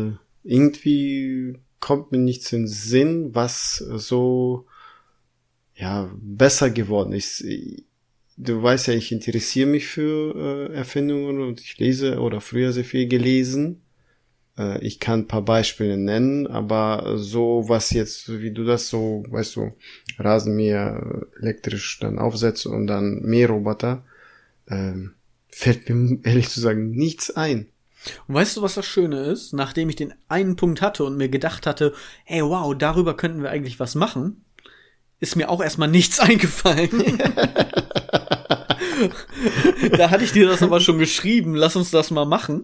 Speaker 2: irgendwie kommt mir nichts in den Sinn, was so besser geworden. Du weißt ja, ich interessiere mich für Erfindungen und ich lese oder früher sehr viel gelesen. Ich kann ein paar Beispiele nennen, aber so was jetzt, wie du das so, weißt du, Rasenmäher elektrisch dann aufsetzt und dann Mähroboter, fällt mir ehrlich zu sagen nichts ein.
Speaker 1: Und weißt du, was das Schöne ist? Nachdem ich den einen Punkt hatte und mir gedacht hatte, hey, wow, darüber könnten wir eigentlich was machen, ist mir auch erstmal nichts eingefallen. Da hatte ich dir das aber schon geschrieben, lass uns das mal machen.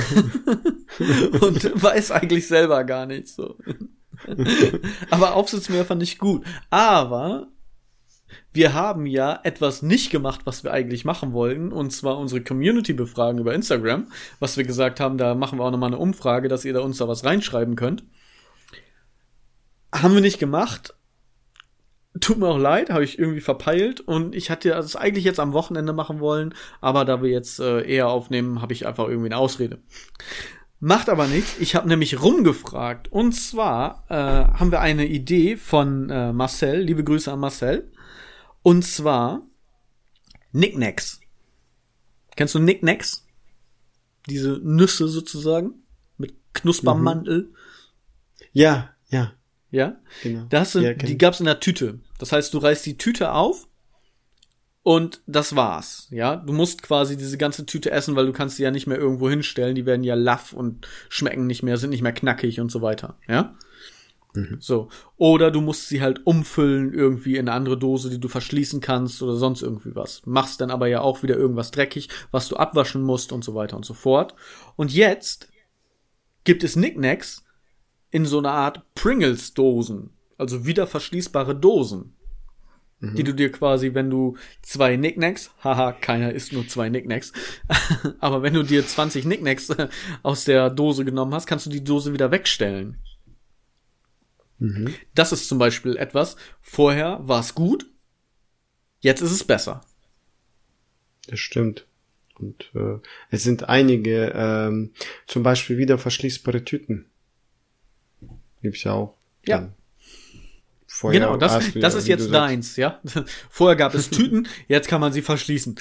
Speaker 1: Und weiß eigentlich selber gar nicht so. Aber Aufsitzmäher fand ich gut. Aber wir haben ja etwas nicht gemacht, was wir eigentlich machen wollten, und zwar unsere Community befragen über Instagram, was wir gesagt haben, da machen wir auch nochmal eine Umfrage, dass ihr da uns da was reinschreiben könnt. Haben wir nicht gemacht. Tut mir auch leid, habe ich irgendwie verpeilt, und ich hatte das eigentlich jetzt am Wochenende machen wollen, aber da wir jetzt eher aufnehmen, habe ich einfach irgendwie eine Ausrede. Macht aber nichts, ich habe nämlich rumgefragt, und zwar haben wir eine Idee von Marcel, liebe Grüße an Marcel, und zwar Knickknacks. Kennst du Knickknacks? Diese Nüsse sozusagen mit Knuspermantel.
Speaker 2: Ja.
Speaker 1: Ja?
Speaker 2: Genau.
Speaker 1: Die gab's in der Tüte. Das heißt, du reißt die Tüte auf und das war's. Ja? Du musst quasi diese ganze Tüte essen, weil du kannst sie ja nicht mehr irgendwo hinstellen. Die werden ja laff und schmecken nicht mehr, sind nicht mehr knackig und so weiter. Ja? Mhm. So. Oder du musst sie halt umfüllen irgendwie in eine andere Dose, die du verschließen kannst oder sonst irgendwie was. Machst dann aber ja auch wieder irgendwas dreckig, was du abwaschen musst und so weiter und so fort. Und jetzt gibt es Knickknacks in so einer Art Pringles-Dosen, also wieder verschließbare Dosen, die du dir quasi, wenn du 2 Knickknacks, haha, keiner isst nur 2 Knickknacks, aber wenn du dir 20 Knickknacks aus der Dose genommen hast, kannst du die Dose wieder wegstellen. Mhm. Das ist zum Beispiel etwas, vorher war es gut, jetzt ist es besser.
Speaker 2: Das stimmt. Und es sind einige, zum Beispiel wieder verschließbare Tüten. Gibt's ja auch.
Speaker 1: Ja. Genau, das ist jetzt deins, ja. Vorher gab es Tüten, jetzt kann man sie verschließen.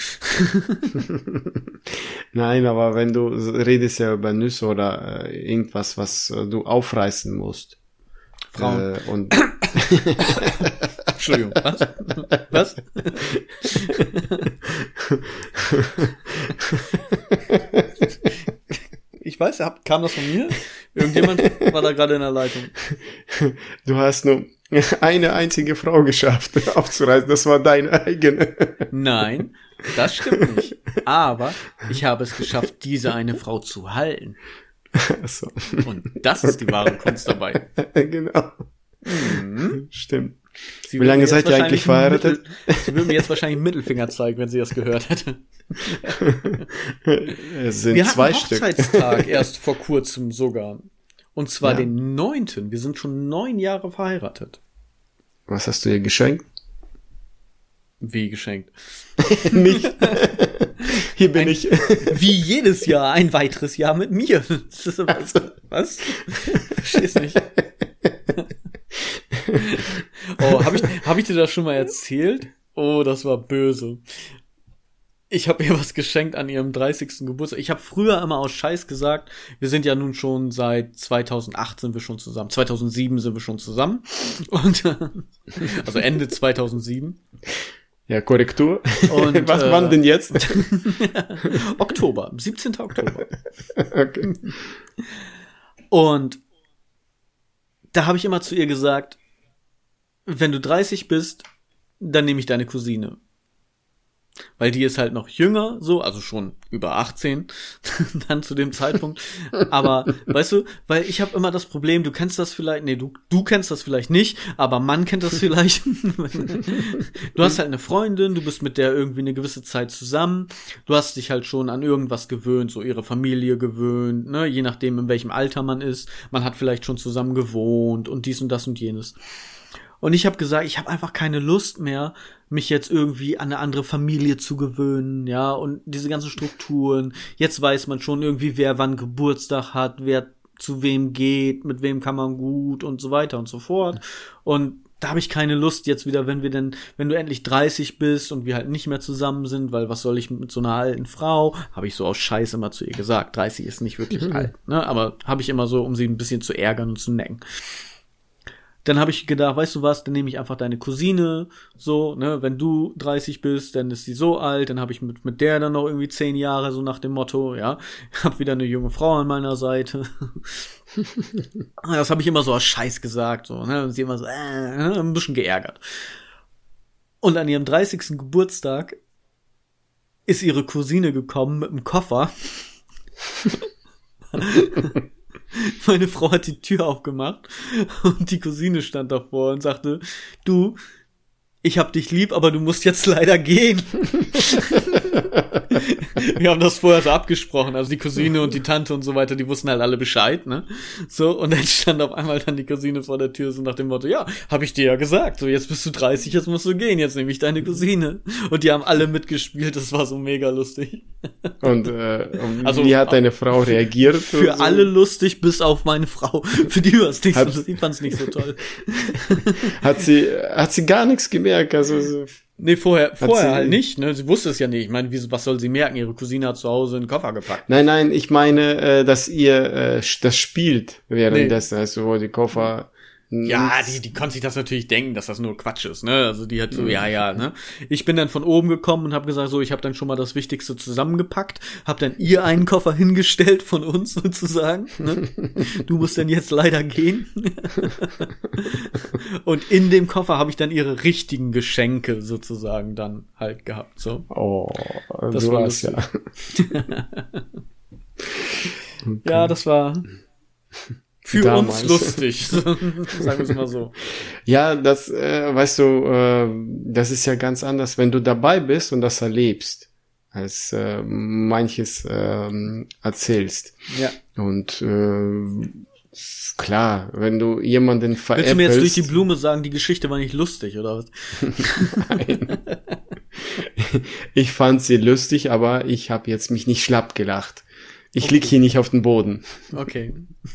Speaker 2: Nein, aber wenn du redest ja über Nüsse oder irgendwas, was du aufreißen musst.
Speaker 1: Frauen.
Speaker 2: Und
Speaker 1: Entschuldigung, was? Ich weiß, kam das von mir? Irgendjemand war da gerade in der Leitung.
Speaker 2: Du hast nur eine einzige Frau geschafft aufzureißen. Das war deine eigene.
Speaker 1: Nein, das stimmt nicht. Aber ich habe es geschafft, diese eine Frau zu halten.
Speaker 2: So.
Speaker 1: Und das ist die wahre Kunst dabei.
Speaker 2: Genau. Mhm. Stimmt. Wie lange seid ihr eigentlich verheiratet?
Speaker 1: Sie würde mir jetzt wahrscheinlich einen Mittelfinger zeigen, wenn sie das gehört hätte.
Speaker 2: Es sind
Speaker 1: wir
Speaker 2: 2
Speaker 1: hatten
Speaker 2: Stück.
Speaker 1: Hochzeitstag erst vor kurzem sogar. Und zwar den 9. Wir sind schon 9 Jahre verheiratet.
Speaker 2: Was hast du ihr geschenkt?
Speaker 1: Wie geschenkt?
Speaker 2: Mich. Hier bin ich.
Speaker 1: Wie jedes Jahr ein weiteres Jahr mit mir. Was? Verstehst nicht. Oh, hab ich dir das schon mal erzählt? Oh, das war böse. Ich habe ihr was geschenkt an ihrem 30. Geburtstag. Ich habe früher immer aus Scheiß gesagt, wir sind ja nun schon seit 2008 sind wir schon zusammen. 2007 sind wir schon zusammen. Und also Ende 2007.
Speaker 2: Ja, Korrektur.
Speaker 1: Und,
Speaker 2: was wann denn jetzt?
Speaker 1: Oktober, 17. Oktober.
Speaker 2: Okay.
Speaker 1: Und da habe ich immer zu ihr gesagt, wenn du 30 bist, dann nehme ich deine Cousine. Weil die ist halt noch jünger, so, also schon über 18, dann zu dem Zeitpunkt. Aber, weißt du, weil ich habe immer das Problem, du kennst das vielleicht, nee, du kennst das vielleicht nicht, aber Mann kennt das vielleicht. Du hast halt eine Freundin, du bist mit der irgendwie eine gewisse Zeit zusammen, du hast dich halt schon an irgendwas gewöhnt, so ihre Familie gewöhnt, ne, je nachdem, in welchem Alter man ist. Man hat vielleicht schon zusammen gewohnt und dies und das und jenes. Und ich habe gesagt, ich habe einfach keine Lust mehr, mich jetzt irgendwie an eine andere Familie zu gewöhnen, ja, und diese ganzen Strukturen. Jetzt weiß man schon irgendwie, wer wann Geburtstag hat, wer zu wem geht, mit wem kann man gut und so weiter und so fort. Und da habe ich keine Lust jetzt wieder, wenn du endlich 30 bist und wir halt nicht mehr zusammen sind, weil was soll ich mit so einer alten Frau? Habe ich so aus Scheiß immer zu ihr gesagt. 30 ist nicht wirklich alt, ne? Aber habe ich immer so, um sie ein bisschen zu ärgern und zu necken. Dann habe ich gedacht, weißt du was, dann nehme ich einfach deine Cousine, so, ne, wenn du 30 bist, dann ist sie so alt, dann habe ich mit der dann noch irgendwie 10 Jahre, so nach dem Motto, ja, hab wieder eine junge Frau an meiner Seite. Das habe ich immer so aus Scheiß gesagt, so, ne, und sie immer so, ein bisschen geärgert. Und an ihrem 30. Geburtstag ist ihre Cousine gekommen mit einem Koffer. Meine Frau hat die Tür aufgemacht und die Cousine stand davor und sagte, du, ich hab dich lieb, aber du musst jetzt leider gehen. Wir haben das vorher so abgesprochen, also die Cousine und die Tante und so weiter, die wussten halt alle Bescheid, ne? So, und dann stand auf einmal dann die Cousine vor der Tür so nach dem Motto, ja, hab ich dir ja gesagt, so jetzt bist du 30, jetzt musst du gehen, jetzt nehme ich deine Cousine. Und die haben alle mitgespielt, das war so mega lustig.
Speaker 2: Und also, wie hat deine Frau reagiert?
Speaker 1: Für so? Alle lustig, bis auf meine Frau. Für die war es nicht so, die fand es nicht so toll.
Speaker 2: Hat sie gar nichts gemerkt, also so.
Speaker 1: Nee, vorher halt nicht, ne? Sie wusste es ja nicht. Ich meine, was soll sie merken? Ihre Cousine hat zu Hause einen Koffer gepackt.
Speaker 2: Nein, ich meine, dass ihr das spielt währenddessen, also wo die Koffer.
Speaker 1: Ja, die konnte sich das natürlich denken, dass das nur Quatsch ist, ne? Also die hat so, ja, ne? Ich bin dann von oben gekommen und habe gesagt, so, ich habe dann schon mal das Wichtigste zusammengepackt, habe dann ihr einen Koffer hingestellt von uns sozusagen, ne? Du musst dann jetzt leider gehen. Und in dem Koffer habe ich dann ihre richtigen Geschenke sozusagen dann halt gehabt, so.
Speaker 2: Oh,
Speaker 1: das war es ja. Okay. Ja, das war für damals. Uns lustig, sagen wir es mal so.
Speaker 2: Ja, das, weißt du, das ist ja ganz anders, wenn du dabei bist und das erlebst, als manches erzählst.
Speaker 1: Ja.
Speaker 2: Und klar, wenn du jemanden veräppelst...
Speaker 1: Willst du mir jetzt durch die Blume sagen, die Geschichte war nicht lustig, oder was?
Speaker 2: Nein. Ich fand sie lustig, aber ich habe jetzt mich nicht schlapp gelacht. Ich lieg hier nicht auf dem Boden.
Speaker 1: Okay.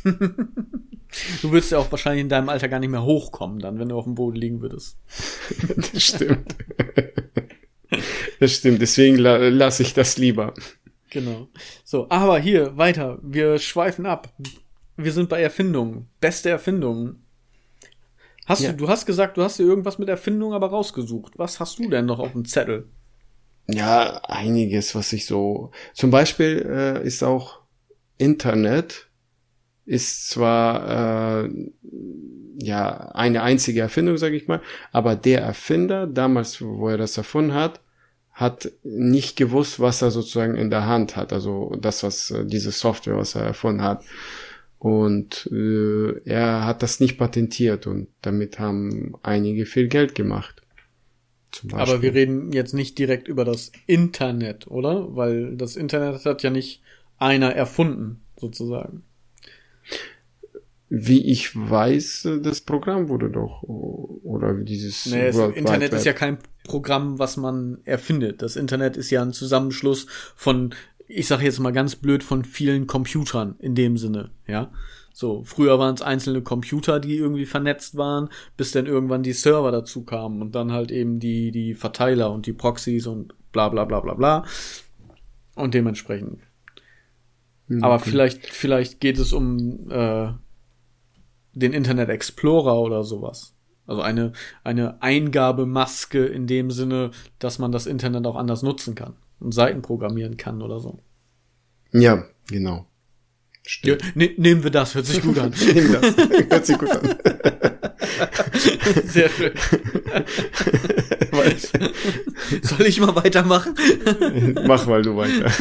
Speaker 1: Du würdest ja auch wahrscheinlich in deinem Alter gar nicht mehr hochkommen, dann, wenn du auf dem Boden liegen würdest.
Speaker 2: Das stimmt. Das stimmt, deswegen lasse ich das lieber.
Speaker 1: Genau. So, aber hier, weiter. Wir schweifen ab. Wir sind bei Erfindungen. Beste Erfindungen. Du hast gesagt, du hast dir irgendwas mit Erfindungen aber rausgesucht. Was hast du denn noch auf dem Zettel?
Speaker 2: Ja, einiges, was ich so... Zum Beispiel ist auch Internet, ist zwar eine einzige Erfindung, sage ich mal, aber der Erfinder, damals, wo er das erfunden hat nicht gewusst, was er sozusagen in der Hand hat, also das, was diese Software, was er erfunden hat. Und er hat das nicht patentiert und damit haben einige viel Geld gemacht.
Speaker 1: Aber wir reden jetzt nicht direkt über das Internet, oder? Weil das Internet hat ja nicht einer erfunden, sozusagen.
Speaker 2: Wie ich weiß, das Programm wurde doch, oder dieses...
Speaker 1: Nee, das Internet ist ja kein Programm, was man erfindet. Das Internet ist ja ein Zusammenschluss von, ich sage jetzt mal ganz blöd, von vielen Computern in dem Sinne, ja. So, früher waren es einzelne Computer, die irgendwie vernetzt waren, bis dann irgendwann die Server dazu kamen und dann halt eben die Verteiler und die Proxys und bla bla bla bla bla. Und dementsprechend. Okay. Aber vielleicht geht es um den Internet Explorer oder sowas. Also eine Eingabemaske in dem Sinne, dass man das Internet auch anders nutzen kann und Seiten programmieren kann oder so.
Speaker 2: Ja, genau.
Speaker 1: Ja, nehmen wir das, hört sich gut an.
Speaker 2: Nehmen das, hört sich gut an.
Speaker 1: Sehr schön. Soll ich mal weitermachen?
Speaker 2: Mach mal du weiter.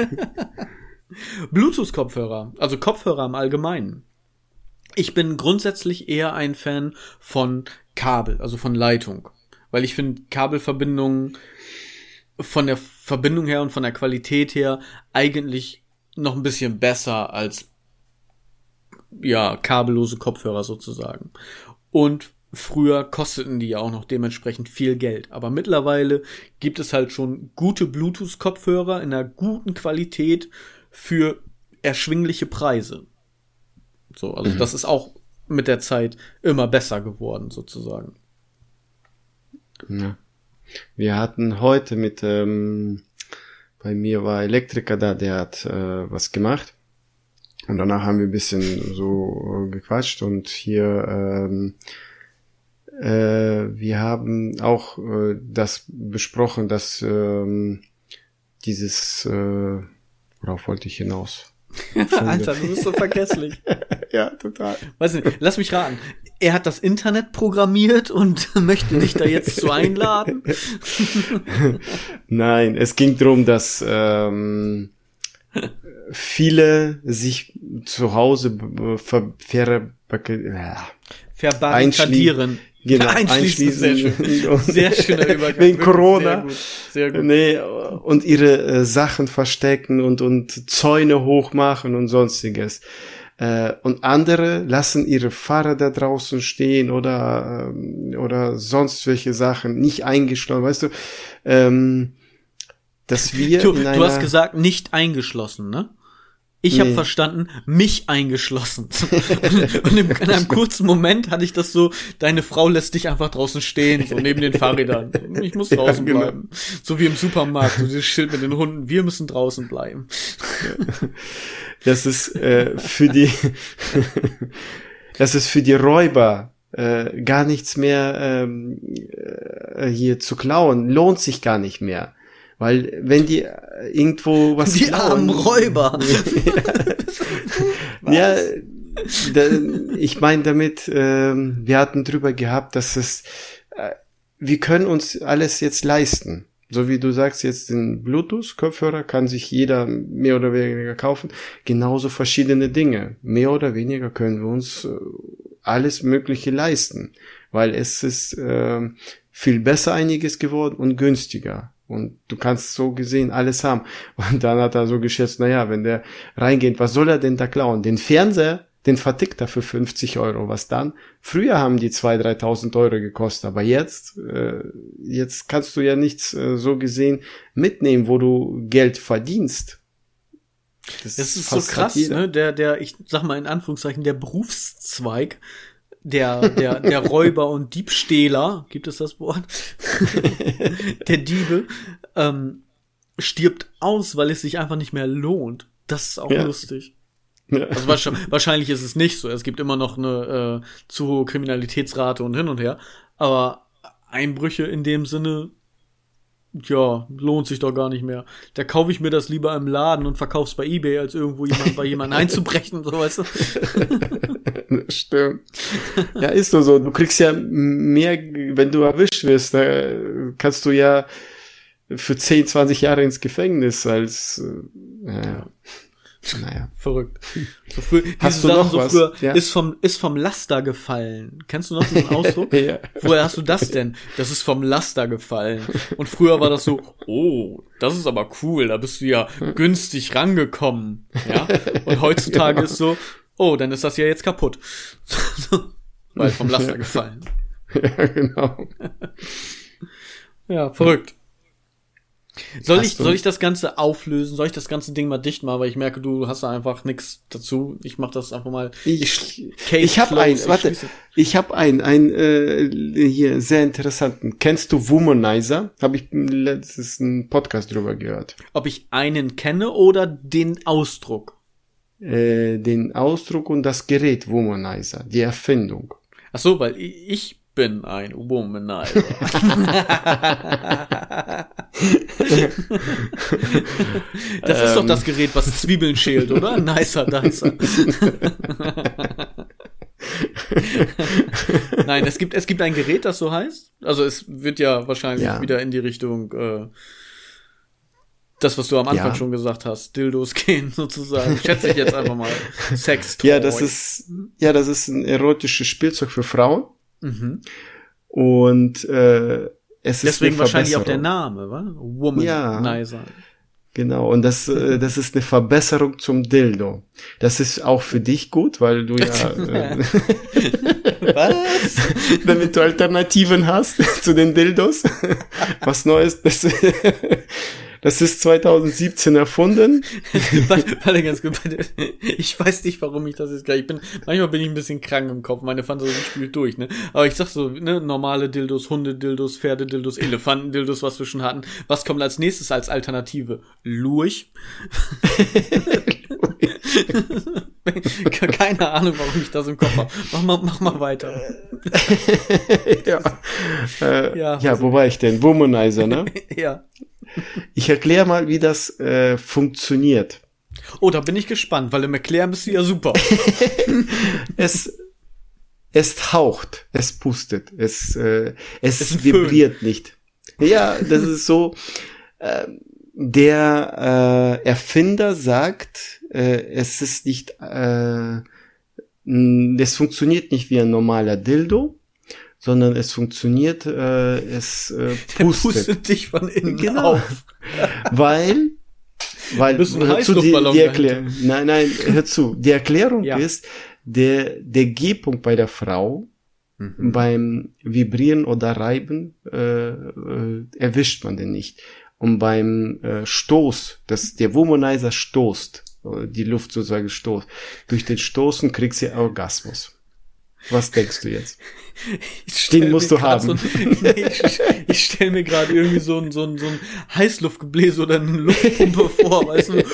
Speaker 1: Bluetooth-Kopfhörer, also Kopfhörer im Allgemeinen. Ich bin grundsätzlich eher ein Fan von Kabel, also von Leitung. Weil ich finde Kabelverbindungen von der Verbindung her und von der Qualität her eigentlich noch ein bisschen besser als kabellose Kopfhörer sozusagen. Und früher kosteten die ja auch noch dementsprechend viel Geld. Aber mittlerweile gibt es halt schon gute Bluetooth-Kopfhörer in einer guten Qualität für erschwingliche Preise. So, also das ist auch mit der Zeit immer besser geworden sozusagen.
Speaker 2: Ja. Wir hatten heute bei mir war Elektriker da, der hat was gemacht. Und danach haben wir ein bisschen so gequatscht und hier wir haben auch das besprochen, dass dieses worauf wollte ich hinaus?
Speaker 1: Alter, du bist so vergesslich.
Speaker 2: Ja, total.
Speaker 1: Weiß nicht, lass mich raten. Er hat das Internet programmiert und möchte dich da jetzt zu einladen?
Speaker 2: Nein, es ging darum, dass viele sich zu Hause
Speaker 1: verbarrikadieren.
Speaker 2: Genau,
Speaker 1: einschließen. Sehr schön. Sehr schöner Übergang.
Speaker 2: Wegen Corona.
Speaker 1: Sehr gut.
Speaker 2: Nee, und ihre Sachen verstecken und Zäune hochmachen und sonstiges. Und andere lassen ihre Fahrräder draußen stehen oder sonst welche Sachen nicht eingeschlossen. Weißt du, dass wir
Speaker 1: du hast gesagt, nicht eingeschlossen, ne? Ich habe verstanden, mich eingeschlossen. Und in einem kurzen Moment hatte ich das so, deine Frau lässt dich einfach draußen stehen, so neben den Fahrrädern. Ich muss draußen bleiben. So wie im Supermarkt, so dieses Schild mit den Hunden, wir müssen draußen bleiben.
Speaker 2: Das ist für die Räuber gar nichts mehr hier zu klauen, lohnt sich gar nicht mehr. Weil wenn die irgendwo was
Speaker 1: die
Speaker 2: klauen,
Speaker 1: armen Räuber.
Speaker 2: Ja, ich meine damit, wir hatten drüber gehabt, dass wir können uns alles jetzt leisten. So wie du sagst, jetzt den Bluetooth-Kopfhörer kann sich jeder mehr oder weniger kaufen. Genauso verschiedene Dinge. Mehr oder weniger können wir uns alles Mögliche leisten. Weil es ist viel besser einiges geworden und günstiger. Und du kannst so gesehen alles haben. Und dann hat er so geschätzt, wenn der reingeht, was soll er denn da klauen? Den Fernseher, den vertickt er für 50 Euro. Was dann? Früher haben die 2.000, 3.000 Euro gekostet. Aber jetzt kannst du ja nichts so gesehen mitnehmen, wo du Geld verdienst.
Speaker 1: Das ist so krass, ne? Der, ich sag mal in Anführungszeichen, der Berufszweig, der Räuber und Diebstähler, gibt es das Wort? Der Diebe, stirbt aus, weil es sich einfach nicht mehr lohnt. Das ist auch lustig. Ja. Also wahrscheinlich ist es nicht so. Es gibt immer noch eine zu hohe Kriminalitätsrate und hin und her. Aber Einbrüche in dem Sinne, lohnt sich doch gar nicht mehr. Da kaufe ich mir das lieber im Laden und verkauf's bei eBay, als irgendwo bei jemandem einzubrechen, so weißt du.
Speaker 2: Stimmt. Ja, ist nur so. Du kriegst ja mehr, wenn du erwischt wirst, da kannst du ja für 10, 20 Jahre ins Gefängnis als,
Speaker 1: Verrückt. So früh,
Speaker 2: hast du noch was?
Speaker 1: Früher, ist vom Laster gefallen. Kennst du noch diesen Ausdruck? Ja. Woher hast du das denn? Das ist vom Laster gefallen. Und früher war das so, oh, das ist aber cool, da bist du ja günstig rangekommen. Ja. Und heutzutage ist so, oh, dann ist das ja jetzt kaputt. Weil vom Laster gefallen.
Speaker 2: Ja, genau.
Speaker 1: Ja, verrückt. Soll ich das Ganze auflösen? Soll ich das ganze Ding mal dicht machen? Weil ich merke, du hast da einfach nichts dazu. Ich mach das einfach mal. Ich habe
Speaker 2: einen hier sehr interessanten. Kennst du Womanizer? Habe ich letztens einen Podcast drüber gehört.
Speaker 1: Ob ich einen kenne oder den Ausdruck?
Speaker 2: Den Ausdruck und das Gerät Womanizer, die Erfindung.
Speaker 1: Ach so, weil ich bin ein Womanizer. Das ist doch das Gerät, was Zwiebeln schält, oder? Nicer Dicer. Nein, es gibt ein Gerät, das so heißt. Also es wird ja wahrscheinlich wieder in die Richtung das, was du am Anfang schon gesagt hast, Dildos gehen sozusagen. Schätze ich jetzt einfach mal. Sextoy.
Speaker 2: Ja, das ist ein erotisches Spielzeug für Frauen.
Speaker 1: Mhm.
Speaker 2: Und es
Speaker 1: deswegen
Speaker 2: ist
Speaker 1: wahrscheinlich auch der Name, wa? Womanizer.
Speaker 2: Ja, genau. Und das ist eine Verbesserung zum Dildo. Das ist auch für dich gut, weil du
Speaker 1: was?
Speaker 2: Damit du Alternativen hast zu den Dildos. Was Neues. Das ist 2017 erfunden.
Speaker 1: Warte ganz gut. Ich weiß nicht, warum ich das jetzt gleich. Manchmal bin ich ein bisschen krank im Kopf. Meine Fantasie spielt durch, ne? Aber ich sag so, ne, normale Dildos, Hundedildos, Pferdedildos, Elefantendildos, was wir schon hatten. Was kommt als nächstes als Alternative? Lurch. Keine Ahnung, warum ich das im Kopf habe. Mach mal weiter.
Speaker 2: Ja, wo war ich denn? Womanizer, ne?
Speaker 1: Ja.
Speaker 2: Ich erkläre mal, wie das funktioniert.
Speaker 1: Oh, da bin ich gespannt, weil im Erklären bist du ja super.
Speaker 2: Es haucht, es pustet, es vibriert nicht. Ja, das ist so. Der Erfinder sagt, es ist nicht, es funktioniert nicht wie ein normaler Dildo, sondern es funktioniert, es pustet.
Speaker 1: Der pustet dich von innen auf.
Speaker 2: Weil
Speaker 1: hör zu,
Speaker 2: nein, hör zu. Die Erklärung ist, der G-Punkt bei der Frau beim Vibrieren oder Reiben erwischt man den nicht. Und beim Stoß, der Womanizer stoßt, die Luft sozusagen stoßt, durch den Stoßen kriegt sie Orgasmus. Was denkst du jetzt? Den musst du haben.
Speaker 1: Ich stelle mir gerade irgendwie so ein Heißluftgebläse oder eine Luftpumpe vor, weißt du?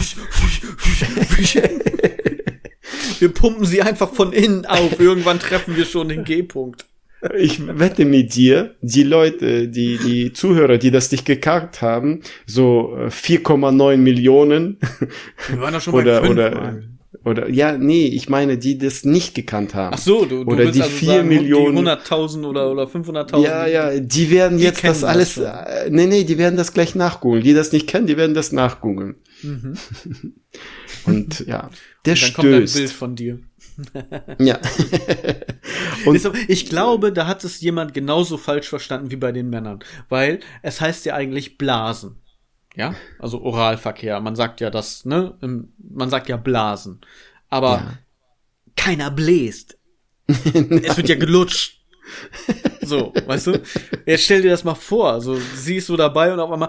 Speaker 1: Wir pumpen sie einfach von innen auf. Irgendwann treffen wir schon den G-Punkt.
Speaker 2: Ich wette mit dir, die Leute, die Zuhörer, die das nicht gekannt haben, so 4,9 Millionen.
Speaker 1: Wir waren doch schon bei 5
Speaker 2: oder ja, nee, ich meine, die das nicht gekannt haben.
Speaker 1: Ach so, du
Speaker 2: oder
Speaker 1: willst
Speaker 2: die
Speaker 1: also
Speaker 2: 4
Speaker 1: sagen,
Speaker 2: Millionen,
Speaker 1: die 100.000 oder 500.000.
Speaker 2: Ja, die werden jetzt das alles, die werden das gleich nachgoogeln. Die das nicht kennen, die werden das nachgoogeln.
Speaker 1: Mhm.
Speaker 2: Und ja, der
Speaker 1: und dann
Speaker 2: stößt.
Speaker 1: Kommt ein Bild von dir.
Speaker 2: Ja. Und
Speaker 1: ich glaube, da hat es jemand genauso falsch verstanden wie bei den Männern. Weil es heißt ja eigentlich Blasen. Ja, also Oralverkehr. Man sagt ja das, ne? Man sagt ja Blasen. Aber keiner bläst. Es wird ja gelutscht. So, weißt du? Jetzt stell dir das mal vor. Also, sie ist so dabei und auf einmal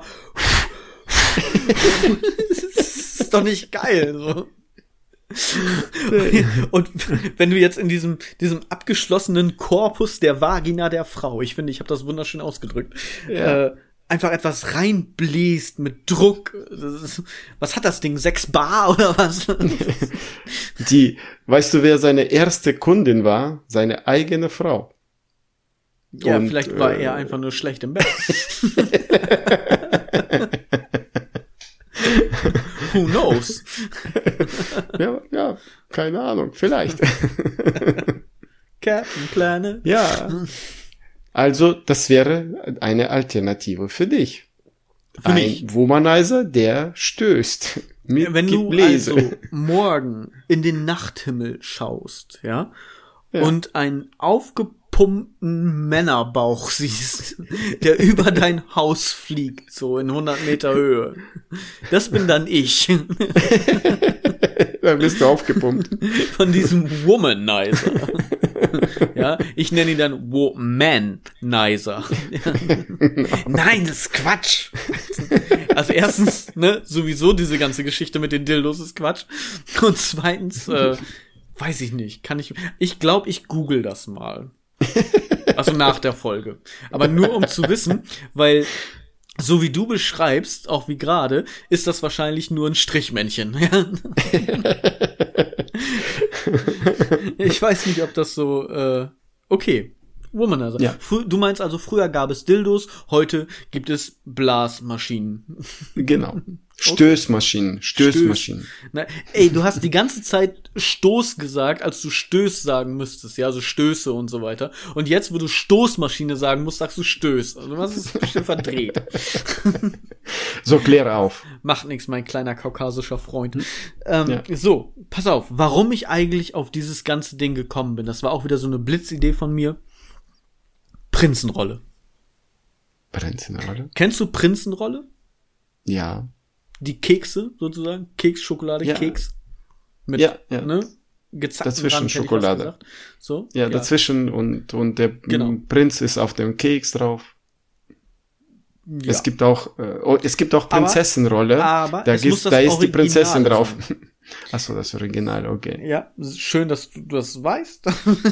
Speaker 1: das ist doch nicht geil, so. Und wenn du jetzt in diesem abgeschlossenen Korpus der Vagina der Frau, ich finde, ich habe das wunderschön ausgedrückt, einfach etwas reinbläst mit Druck. Was hat das Ding? 6 Bar oder was?
Speaker 2: Weißt du, wer seine erste Kundin war? Seine eigene Frau.
Speaker 1: Ja, und, vielleicht war er einfach nur schlecht im Bett. Who knows?
Speaker 2: Ja, keine Ahnung, vielleicht.
Speaker 1: Captain Planet.
Speaker 2: Ja. Also, das wäre eine Alternative für dich. Ein Womanizer, der stößt.
Speaker 1: Wenn du also morgen in den Nachthimmel schaust, ja. Und einen aufgepumpten Männerbauch siehst, der über dein Haus fliegt, so in 100 Meter Höhe. Das bin dann ich.
Speaker 2: Dann bist du aufgepumpt.
Speaker 1: Von diesem Womanizer. Ja, ich nenne ihn dann Womanizer. Nein, das ist Quatsch. Also erstens, ne, sowieso diese ganze Geschichte mit den Dildos ist Quatsch. Und zweitens, weiß ich nicht, ich glaube, ich google das mal. Also nach der Folge. Aber nur um zu wissen, weil so wie du beschreibst, auch wie gerade, ist das wahrscheinlich nur ein Strichmännchen. Ich weiß nicht, ob das so, okay. Womanizer. Ja. Du meinst also, früher gab es Dildos, heute gibt es Blasmaschinen.
Speaker 2: Genau. Stößmaschinen.
Speaker 1: Na, ey, du hast die ganze Zeit Stoß gesagt, als du Stöß sagen müsstest, ja, so Stöße und so weiter. Und jetzt, wo du Stoßmaschine sagen musst, sagst du Stöß. Also was ist bestimmt verdreht.
Speaker 2: So, kläre auf.
Speaker 1: Macht nichts, mein kleiner kaukasischer Freund. So, pass auf, warum ich eigentlich auf dieses ganze Ding gekommen bin. Das war auch wieder so eine Blitzidee von mir. Prinzenrolle. Kennst du Prinzenrolle?
Speaker 2: Ja.
Speaker 1: Die Kekse sozusagen, Keks, Schokolade, Keks. Mit, ne? Gezackten
Speaker 2: dazwischen
Speaker 1: Rand,
Speaker 2: Schokolade.
Speaker 1: So?
Speaker 2: Dazwischen und der Prinz ist auf dem Keks drauf.
Speaker 1: Ja.
Speaker 2: Es gibt auch Prinzessenrolle.
Speaker 1: Aber
Speaker 2: da
Speaker 1: es muss das
Speaker 2: da ist die Prinzessin
Speaker 1: Originale
Speaker 2: drauf.
Speaker 1: sein.
Speaker 2: Achso, das Original, okay.
Speaker 1: Ja, schön, dass du das weißt.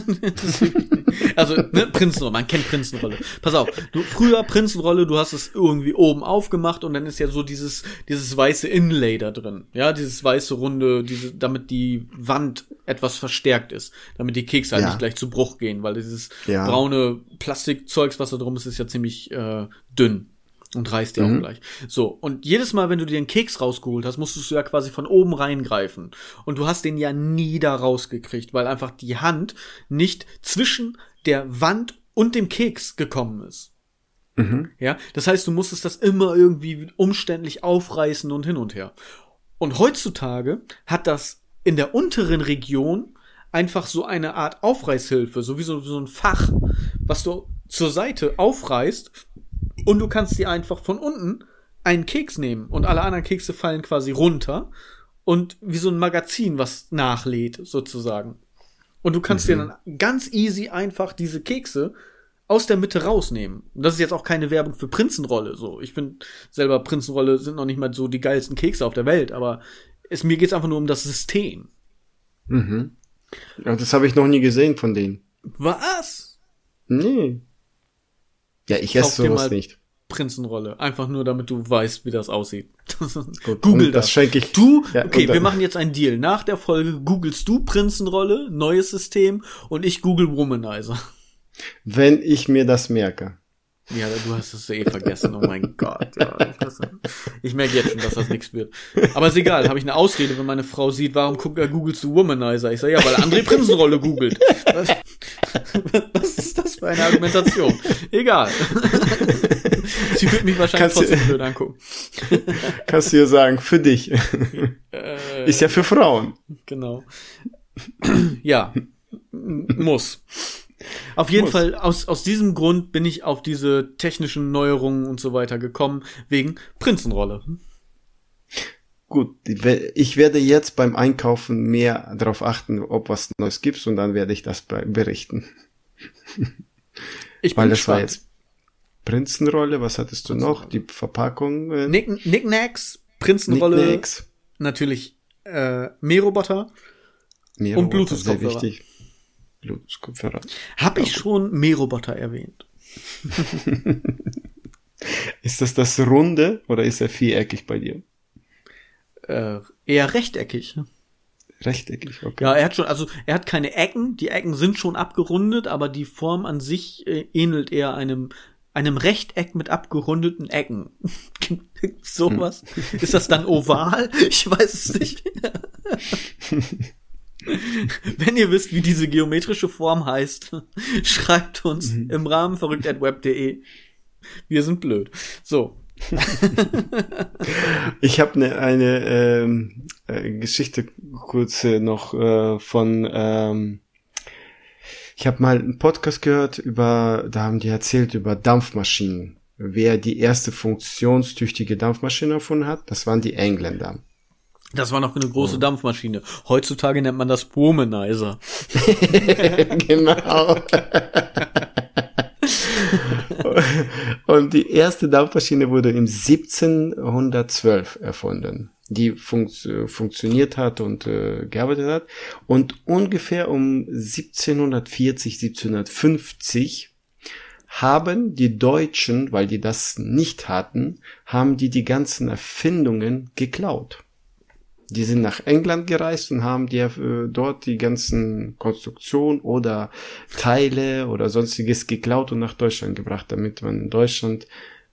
Speaker 1: Also, ne, Prinzenrolle, man kennt Prinzenrolle. Pass auf, früher Prinzenrolle, du hast es irgendwie oben aufgemacht und dann ist ja so dieses weiße Inlay da drin. Ja, dieses weiße Runde, damit die Wand etwas verstärkt ist. Damit die Kekse halt nicht gleich zu Bruch gehen, weil dieses braune Plastikzeugs, was da drum ist ja ziemlich dünn. Und reißt dir auch gleich. So, und jedes Mal, wenn du dir einen Keks rausgeholt hast, musstest du ja quasi von oben reingreifen. Und du hast den ja nie da rausgekriegt, weil einfach die Hand nicht zwischen der Wand und dem Keks gekommen ist. Ja, das heißt, du musstest das immer irgendwie umständlich aufreißen und hin und her. Und heutzutage hat das in der unteren Region einfach so eine Art Aufreißhilfe, so wie so ein Fach, was du zur Seite aufreißt. Und du kannst dir einfach von unten einen Keks nehmen und alle anderen Kekse fallen quasi runter und wie so ein Magazin, was nachlädt sozusagen. Und du kannst dir dann ganz easy einfach diese Kekse aus der Mitte rausnehmen. Und das ist jetzt auch keine Werbung für Prinzenrolle. So, ich finde selber Prinzenrolle sind noch nicht mal so die geilsten Kekse auf der Welt, aber mir geht's einfach nur um das System.
Speaker 2: Ja, das habe ich noch nie gesehen von denen.
Speaker 1: Was?
Speaker 2: Nee. Ja, ich esse sowas nicht.
Speaker 1: Prinzenrolle. Einfach nur, damit du weißt, wie das aussieht.
Speaker 2: Gut,
Speaker 1: Google das.
Speaker 2: Das schenke ich.
Speaker 1: Okay, wir machen jetzt einen Deal. Nach der Folge googelst du Prinzenrolle, neues System, und ich google Womanizer.
Speaker 2: Wenn ich mir das merke.
Speaker 1: Ja, du hast es vergessen. Oh mein Gott. Ja, ich merke jetzt schon, dass das nichts wird. Aber ist egal, habe ich eine Ausrede, wenn meine Frau sieht, warum googelst du Womanizer? Ich sage, ja, weil André Prinzenrolle googelt. Was ist das für eine Argumentation? Egal. Sie wird mich wahrscheinlich trotzdem blöd angucken.
Speaker 2: Kannst du ihr sagen, für dich. Ist ja für Frauen.
Speaker 1: Genau. Ja, muss. Auf jeden Fall, aus diesem Grund bin ich auf diese technischen Neuerungen und so weiter gekommen, wegen Prinzenrolle.
Speaker 2: Gut, ich werde jetzt beim Einkaufen mehr darauf achten, ob was Neues gibt, und dann werde ich das berichten.
Speaker 1: Ich bin
Speaker 2: das
Speaker 1: gespannt.
Speaker 2: War jetzt Prinzenrolle, was hattest du noch? Die Verpackung?
Speaker 1: Knickknacks, Prinzenrolle,
Speaker 2: Knickknacks.
Speaker 1: Natürlich Mähroboter und Bluetooth-Kopfhörer.
Speaker 2: Sehr wichtig. Bluetooth-Kopfhörer.
Speaker 1: Hab ich schon Mähroboter erwähnt?
Speaker 2: Ist das Runde oder ist er viereckig bei dir?
Speaker 1: Eher rechteckig.
Speaker 2: Rechteckig, okay.
Speaker 1: Ja, er hat keine Ecken, die Ecken sind schon abgerundet, aber die Form an sich ähnelt eher einem Rechteck mit abgerundeten Ecken. Sowas. Ist das dann oval? Ich weiß es nicht. Wenn ihr wisst, wie diese geometrische Form heißt, schreibt uns im Rahmen verrückt@web.de. Wir sind blöd. So.
Speaker 2: Ich habe eine Geschichte kurz noch von ich habe mal einen Podcast gehört da haben die erzählt über Dampfmaschinen. Wer die erste funktionstüchtige Dampfmaschine erfunden hat, das waren die Engländer.
Speaker 1: Das war noch eine große Dampfmaschine. Heutzutage nennt man das Womanizer.
Speaker 2: Genau. Und die erste Dampfmaschine wurde im 1712 erfunden, die funktioniert hat und gearbeitet hat. Und ungefähr um 1740, 1750 haben die Deutschen, weil die das nicht hatten, haben die ganzen Erfindungen geklaut. Die sind nach England gereist und haben dort die ganzen Konstruktionen oder Teile oder sonstiges geklaut und nach Deutschland gebracht, damit man in Deutschland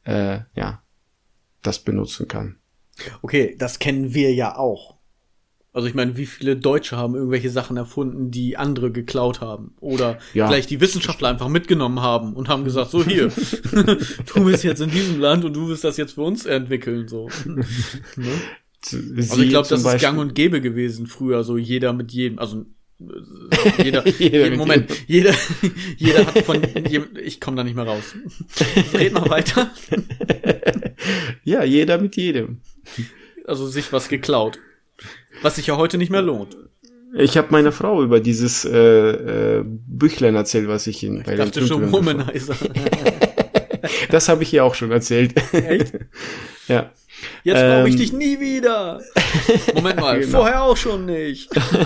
Speaker 2: das benutzen kann.
Speaker 1: Okay, das kennen wir ja auch. Also ich meine, wie viele Deutsche haben irgendwelche Sachen erfunden, die andere geklaut haben? Oder vielleicht die Wissenschaftler einfach mitgenommen haben und haben gesagt, so hier, du bist jetzt in diesem Land und du wirst das jetzt für uns entwickeln. So. Ne? Also ich glaube, das ist gang und gäbe gewesen früher, so jeder mit jedem, also jeder hat von jedem, ich komme da nicht mehr raus. Red mal weiter.
Speaker 2: Ja, jeder mit jedem.
Speaker 1: Also sich was geklaut. Was sich ja heute nicht mehr lohnt.
Speaker 2: Ich habe meiner Frau über dieses Büchlein erzählt, was ich bei
Speaker 1: dachte schon Womanizer.
Speaker 2: Das habe ich ihr auch schon erzählt.
Speaker 1: Echt?
Speaker 2: Ja.
Speaker 1: Jetzt brauche ich dich nie wieder. Moment mal,
Speaker 2: Genau.
Speaker 1: vorher auch schon nicht.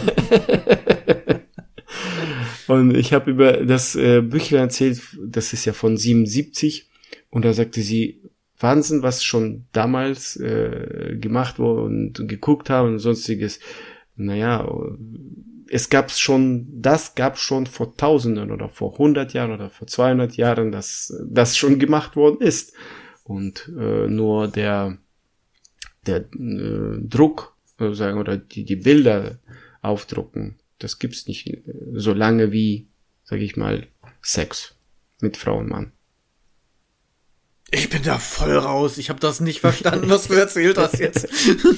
Speaker 2: Und ich habe über das Büchlein erzählt, das ist ja von 77. Und da sagte sie, Wahnsinn, was schon damals gemacht wurde und geguckt haben und sonstiges. Naja, das gab schon vor Tausenden oder vor 100 Jahren oder vor 200 Jahren, dass das schon gemacht worden ist. Und nur der Druck sagen oder die Bilder aufdrucken, das gibt's nicht so lange wie, sag ich mal, Sex mit Frau und Mann.
Speaker 1: Ich bin da voll raus. Ich habe das nicht verstanden, was du erzählt hast jetzt.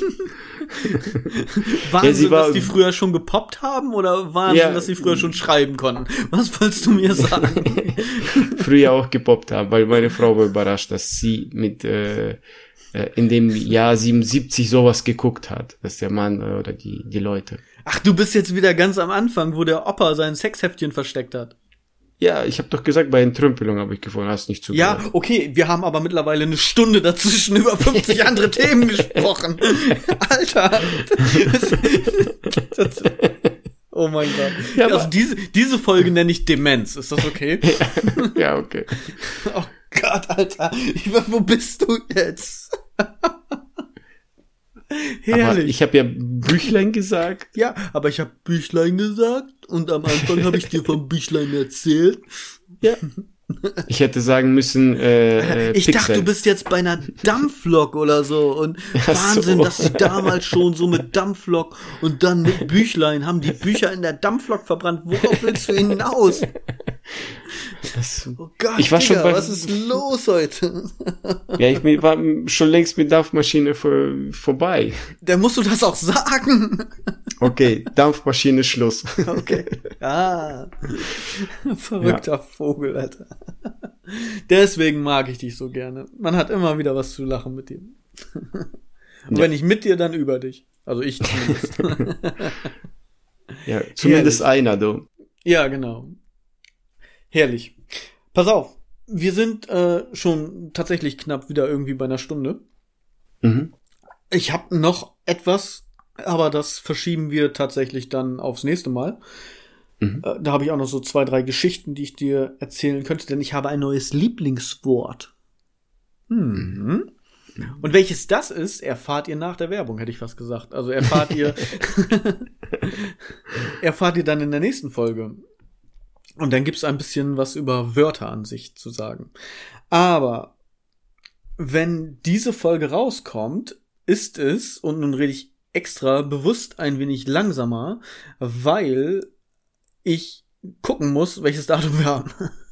Speaker 1: Wahnsinn, dass die früher schon gepoppt haben oder Wahnsinn, dass sie früher schon schreiben konnten? Was wolltest du mir sagen?
Speaker 2: Früher auch gepoppt haben, weil meine Frau war überrascht, dass sie mit in dem Jahr 77 sowas geguckt hat, dass der Mann oder die Leute.
Speaker 1: Ach, du bist jetzt wieder ganz am Anfang, wo der Opa sein Sexheftchen versteckt hat.
Speaker 2: Ja, ich habe doch gesagt, bei Entrümpelung habe ich gefunden, hast nicht zugehört.
Speaker 1: Ja, okay, wir haben aber mittlerweile eine Stunde dazwischen über 50 andere Themen gesprochen. Alter. Oh mein Gott. Ja, also diese Folge nenne ich Demenz. Ist das okay?
Speaker 2: Ja, okay.
Speaker 1: Oh Gott, Alter. Wo bist du jetzt? Herrlich.
Speaker 2: Aber ich habe ja Büchlein gesagt.
Speaker 1: Ja, aber ich habe Büchlein gesagt und am Anfang habe ich dir vom Büchlein erzählt.
Speaker 2: Ja. Ich hätte sagen müssen,
Speaker 1: ich
Speaker 2: Pixel.
Speaker 1: dachte, du bist jetzt bei einer Dampflok oder so und Wahnsinn,
Speaker 2: so.
Speaker 1: dass sie damals schon so mit Dampflok und dann mit Büchlein haben die Bücher in der Dampflok verbrannt. Worauf willst du hinaus? Oh Gott,
Speaker 2: ich war
Speaker 1: Digga,
Speaker 2: schon
Speaker 1: was ist los heute?
Speaker 2: Ja, ich war schon längst mit Dampfmaschine vorbei.
Speaker 1: Dann musst du das auch sagen.
Speaker 2: Okay, Dampfmaschine Schluss.
Speaker 1: Okay. Verrückter Vogel, Alter. Deswegen mag ich dich so gerne. Man hat immer wieder was zu lachen mit dir. Und wenn nicht mit dir, dann über dich. Also ich zumindest.
Speaker 2: Ja, zumindest einer, du.
Speaker 1: Ja, genau. Herrlich. Pass auf, wir sind schon tatsächlich knapp wieder irgendwie bei einer Stunde.
Speaker 2: Mhm.
Speaker 1: Ich habe noch etwas, aber das verschieben wir tatsächlich dann aufs nächste Mal. Mhm. Da habe ich auch noch so 2, 3 Geschichten, die ich dir erzählen könnte, denn ich habe ein neues Lieblingswort. Mhm. Und welches das ist, erfahrt ihr nach der Werbung, hätte ich fast gesagt. Also erfahrt ihr dann in der nächsten Folge. Und dann gibt's ein bisschen was über Wörter an sich zu sagen. Aber wenn diese Folge rauskommt, ist es, und nun rede ich extra bewusst ein wenig langsamer, weil ich gucken muss, welches Datum wir haben.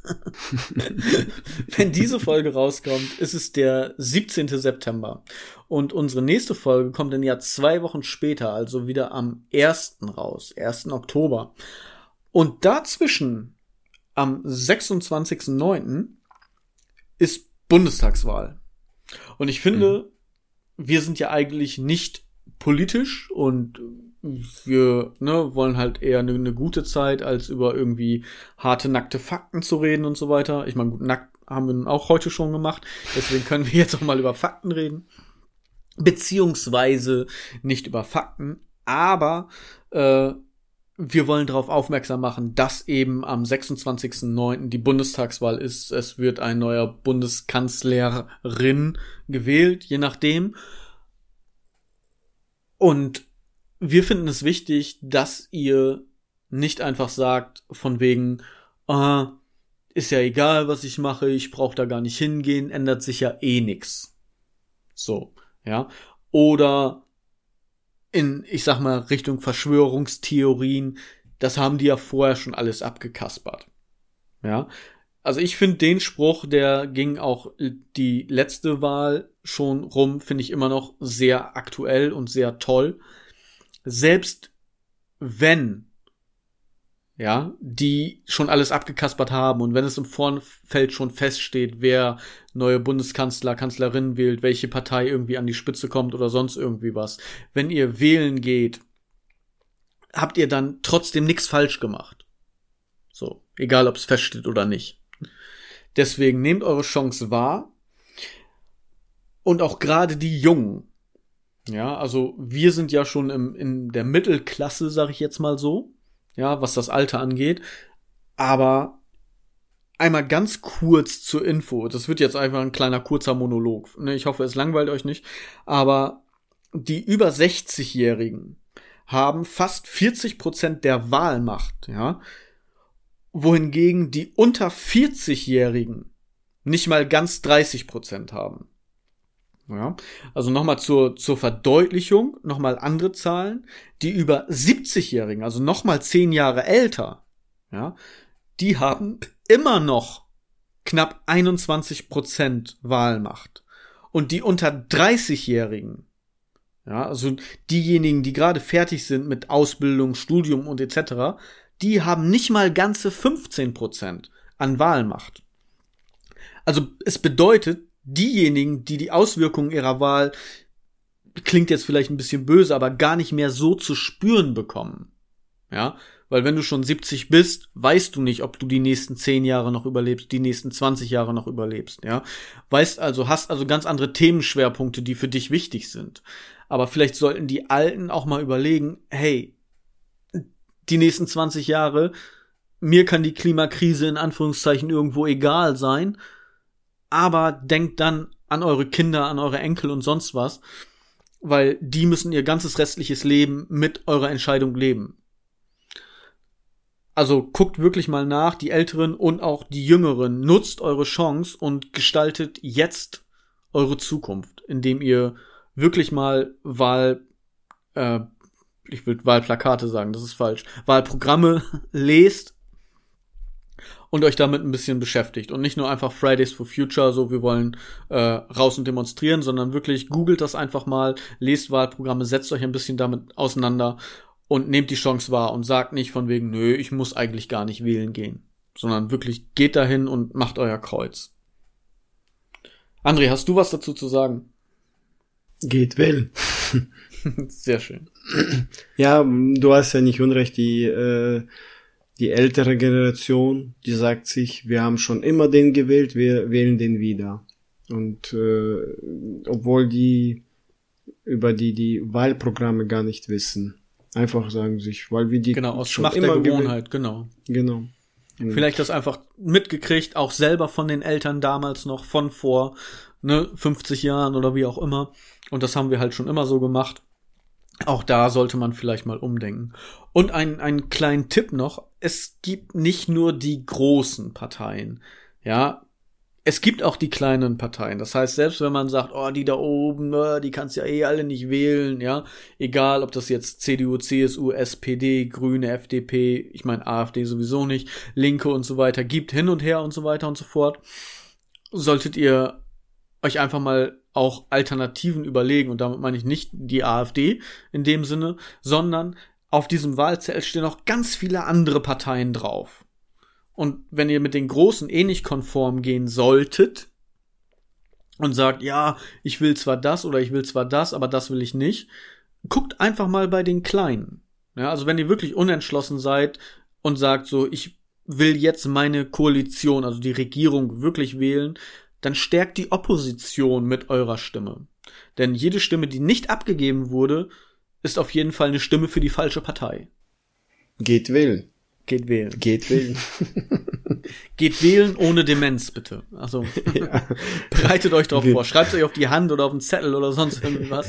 Speaker 1: Wenn diese Folge rauskommt, ist es der 17. September. Und unsere nächste Folge kommt dann ja 2 Wochen später, also wieder am 1. raus, 1. Oktober. Und dazwischen, am 26.09. ist Bundestagswahl. Und ich finde, wir sind ja eigentlich nicht politisch und wir wollen halt eher eine gute Zeit, als über irgendwie harte, nackte Fakten zu reden und so weiter. Ich meine, gut, nackt haben wir auch heute schon gemacht, deswegen können wir jetzt auch mal über Fakten reden. Beziehungsweise nicht über Fakten, aber wir wollen darauf aufmerksam machen, dass eben am 26.09. die Bundestagswahl ist. Es wird ein neuer Bundeskanzlerin gewählt, je nachdem. Und wir finden es wichtig, dass ihr nicht einfach sagt, von wegen, ist ja egal, was ich mache, ich brauche da gar nicht hingehen, ändert sich ja eh nix. So, ja. Oder ich sag mal, Richtung Verschwörungstheorien, das haben die ja vorher schon alles abgekaspert. Ja. Also ich finde den Spruch, der ging auch die letzte Wahl schon rum, finde ich immer noch sehr aktuell und sehr toll. Selbst wenn, ja, die schon alles abgekaspert haben und wenn es im Vorfeld schon feststeht, wer neue Bundeskanzler, Kanzlerin wählt, welche Partei irgendwie an die Spitze kommt oder sonst irgendwie was. Wenn ihr wählen geht, habt ihr dann trotzdem nichts falsch gemacht. So, egal ob es feststeht oder nicht. Deswegen nehmt eure Chance wahr. Und auch gerade die Jungen. Ja, also wir sind ja schon in der Mittelklasse, sag ich jetzt mal so. Ja, was das Alter angeht. Aber einmal ganz kurz zur Info. Das wird jetzt einfach ein kleiner kurzer Monolog. Ich hoffe, es langweilt euch nicht. Aber die über 60-Jährigen haben fast 40% der Wahlmacht, ja. Wohingegen die unter 40-Jährigen nicht mal ganz 30% haben. Ja, also nochmal zur Verdeutlichung, nochmal andere Zahlen. Die über 70-Jährigen, also nochmal 10 Jahre älter, ja, die haben immer noch knapp 21% Wahlmacht. Und die unter 30-Jährigen, ja, also diejenigen, die gerade fertig sind mit Ausbildung, Studium und etc., die haben nicht mal ganze 15% an Wahlmacht. Also es bedeutet, diejenigen, die die Auswirkungen ihrer Wahl, klingt jetzt vielleicht ein bisschen böse, aber gar nicht mehr so zu spüren bekommen. Ja, weil wenn du schon 70 bist, weißt du nicht, ob du die nächsten 10 Jahre noch überlebst, die nächsten 20 Jahre noch überlebst, ja. Hast also ganz andere Themenschwerpunkte, die für dich wichtig sind. Aber vielleicht sollten die Alten auch mal überlegen, hey, die nächsten 20 Jahre, mir kann die Klimakrise in Anführungszeichen irgendwo egal sein, aber denkt dann an eure Kinder, an eure Enkel und sonst was, weil die müssen ihr ganzes restliches Leben mit eurer Entscheidung leben. Also guckt wirklich mal nach, die Älteren und auch die Jüngeren, nutzt eure Chance und gestaltet jetzt eure Zukunft, indem ihr wirklich mal ich will Wahlplakate sagen, das ist falsch, Wahlprogramme lest und euch damit ein bisschen beschäftigt und nicht nur einfach Fridays for Future, so wir wollen raus und demonstrieren, sondern wirklich googelt das einfach mal, lest Wahlprogramme, setzt euch ein bisschen damit auseinander und nehmt die Chance wahr und sagt nicht von wegen, nö, ich muss eigentlich gar nicht wählen gehen, sondern wirklich geht dahin und macht euer Kreuz. André, hast du was dazu zu sagen?
Speaker 2: Geht wählen.
Speaker 1: Sehr schön.
Speaker 2: Ja, du hast ja nicht unrecht, die ältere Generation, die sagt sich, wir haben schon immer den gewählt, wir wählen den wieder. Und obwohl die über die Wahlprogramme gar nicht wissen. Einfach sagen sich, weil wir die
Speaker 1: genau, aus
Speaker 2: schon
Speaker 1: Schmacht
Speaker 2: immer
Speaker 1: der Gewohnheit, genau.
Speaker 2: Und
Speaker 1: vielleicht das einfach mitgekriegt, auch selber von den Eltern damals noch, von vor 50 Jahren oder wie auch immer. Und das haben wir halt schon immer so gemacht. Auch da sollte man vielleicht mal umdenken. Und einen kleinen Tipp noch. Es gibt nicht nur die großen Parteien. Ja, es gibt auch die kleinen Parteien. Das heißt, selbst wenn man sagt, oh, die da oben, die kannst ja alle nicht wählen, ja. Egal, ob das jetzt CDU, CSU, SPD, Grüne, FDP, ich meine AfD sowieso nicht, Linke und so weiter, gibt hin und her und so weiter und so fort. Solltet ihr euch einfach mal auch Alternativen überlegen, und damit meine ich nicht die AfD in dem Sinne, sondern auf diesem Wahlzettel stehen auch ganz viele andere Parteien drauf. Und wenn ihr mit den Großen eh nicht konform gehen solltet und sagt, ja, ich will zwar das oder ich will zwar das, aber das will ich nicht, guckt einfach mal bei den Kleinen. Ja, also wenn ihr wirklich unentschlossen seid und sagt so, ich will jetzt meine Koalition, also die Regierung wirklich wählen, dann stärkt die Opposition mit eurer Stimme. Denn jede Stimme, die nicht abgegeben wurde, ist auf jeden Fall eine Stimme für die falsche Partei.
Speaker 2: Geht wählen.
Speaker 1: Geht wählen.
Speaker 2: Geht wählen.
Speaker 1: Geht wählen ohne Demenz, bitte. Also, ja. Bereitet euch darauf vor. Schreibt euch auf die Hand oder auf einen Zettel oder sonst irgendwas.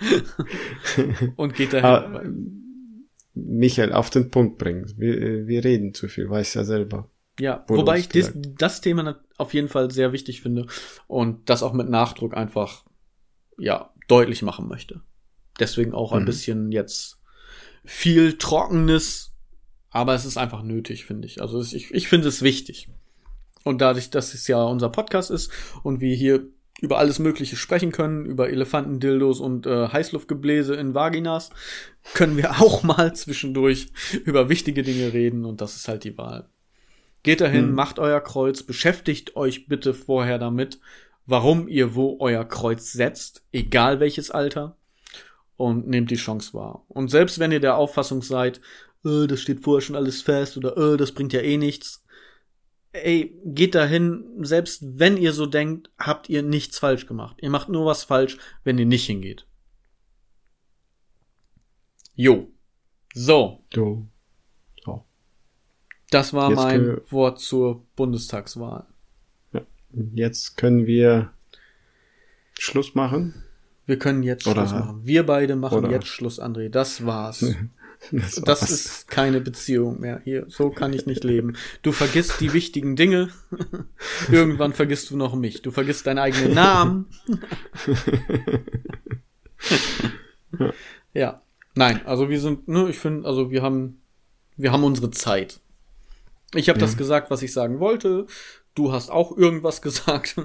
Speaker 1: Und geht dahin.
Speaker 2: Michael, auf den Punkt bringen. Wir reden zu viel, weiß ja selber.
Speaker 1: Ja, wobei ich das Thema auf jeden Fall sehr wichtig finde und das auch mit Nachdruck einfach, ja, deutlich machen möchte. Deswegen auch ein bisschen jetzt viel Trockenes, aber es ist einfach nötig, finde ich. Also ich finde es wichtig. Und dadurch, dass es ja unser Podcast ist und wir hier über alles Mögliche sprechen können, über Elefanten, Dildos und Heißluftgebläse in Vaginas, können wir auch mal zwischendurch über wichtige Dinge reden und das ist halt die Wahl. Geht dahin, macht euer Kreuz, beschäftigt euch bitte vorher damit, warum ihr wo euer Kreuz setzt, egal welches Alter, und nehmt die Chance wahr. Und selbst wenn ihr der Auffassung seid, das steht vorher schon alles fest oder das bringt ja eh nichts, ey, geht dahin, selbst wenn ihr so denkt, habt ihr nichts falsch gemacht. Ihr macht nur was falsch, wenn ihr nicht hingeht. Jo. So.
Speaker 2: So.
Speaker 1: Das war
Speaker 2: Jetzt
Speaker 1: mein Wort zur Bundestagswahl.
Speaker 2: Ja. Jetzt können wir Schluss machen.
Speaker 1: Wir können jetzt Schluss machen. Wir beide machen jetzt Schluss, André. Das war's. Das ist keine Beziehung mehr hier. So kann ich nicht leben. Du vergisst die wichtigen Dinge. Irgendwann vergisst du noch mich. Du vergisst deinen eigenen Namen. Ja. Nein, also wir sind, ne, ich finde, also wir haben unsere Zeit. Ich habe das gesagt, was ich sagen wollte. Du hast auch irgendwas gesagt.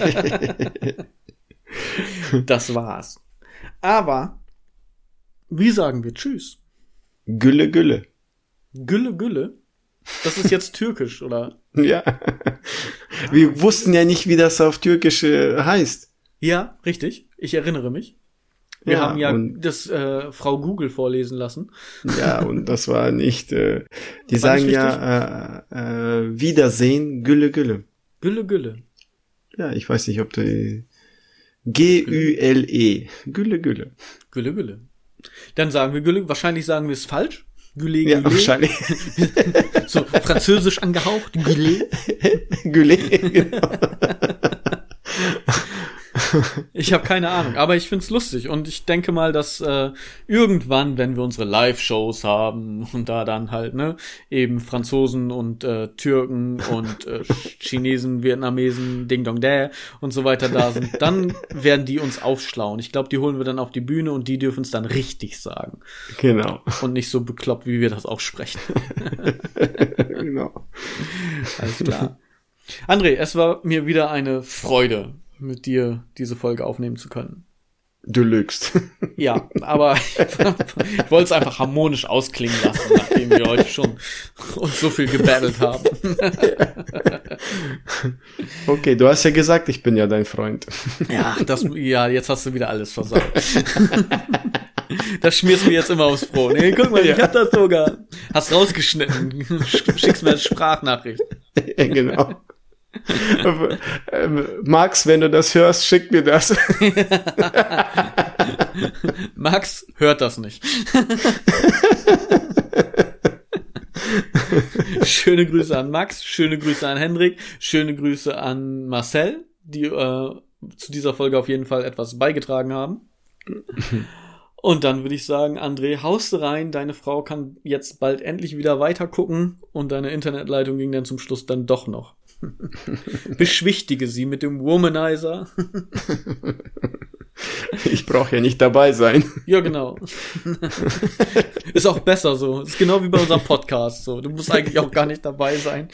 Speaker 1: Das war's. Aber wie sagen wir Tschüss?
Speaker 2: Gülle, Gülle.
Speaker 1: Gülle, Gülle? Das ist jetzt türkisch, oder?
Speaker 2: Ja. Wir wussten ja nicht, wie das auf Türkisch heißt.
Speaker 1: Ja, richtig. Ich erinnere mich. Wir haben ja das Frau Google vorlesen lassen.
Speaker 2: Ja, und das war nicht. Die sagen ja Wiedersehen, Gülle, Gülle.
Speaker 1: Gülle, Gülle.
Speaker 2: Ja, ich weiß nicht, ob du Güle. Gülle, Gülle.
Speaker 1: Gülle, Gülle. Dann sagen wir Gülle. Wahrscheinlich sagen wir es falsch. Gülle, Gülle.
Speaker 2: Ja, wahrscheinlich.
Speaker 1: So französisch angehaucht. Gülle.
Speaker 2: Gülle, genau.
Speaker 1: Ich habe keine Ahnung, aber ich find's lustig und ich denke mal, dass irgendwann, wenn wir unsere Live-Shows haben und da dann halt, ne, eben Franzosen und Türken und Chinesen, Vietnamesen, Ding Dong Dä und so weiter da sind, dann werden die uns aufschlauen. Ich glaube, die holen wir dann auf die Bühne und die dürfen es dann richtig sagen.
Speaker 2: Genau.
Speaker 1: Und nicht so bekloppt, wie wir das auch sprechen.
Speaker 2: Genau.
Speaker 1: Alles klar. André, es war mir wieder eine Freude, mit dir diese Folge aufnehmen zu können.
Speaker 2: Du lügst.
Speaker 1: Ja, aber ich wollte es einfach harmonisch ausklingen lassen, nachdem wir heute schon uns so viel gebattelt haben.
Speaker 2: Okay, du hast ja gesagt, ich bin ja dein Freund.
Speaker 1: Ja, jetzt hast du wieder alles versagt. Das schmierst du mir jetzt immer aufs Brot. Nee, guck mal, ich hab das sogar. Hast rausgeschnitten. Schickst mir eine Sprachnachricht.
Speaker 2: Ja, genau. Max, wenn du das hörst, schick mir das.
Speaker 1: Max hört das nicht. Schöne Grüße an Max, schöne Grüße an Hendrik, schöne Grüße an Marcel, die zu dieser Folge auf jeden Fall etwas beigetragen haben. Und dann würde ich sagen, André, haust rein, deine Frau kann jetzt bald endlich wieder weiter gucken und deine Internetleitung ging dann zum Schluss dann doch noch. Beschwichtige sie mit dem Womanizer.
Speaker 2: Ich brauche ja nicht dabei sein.
Speaker 1: Ja, genau. Ist auch besser so. Ist genau wie bei unserem Podcast so. Du musst eigentlich auch gar nicht dabei sein.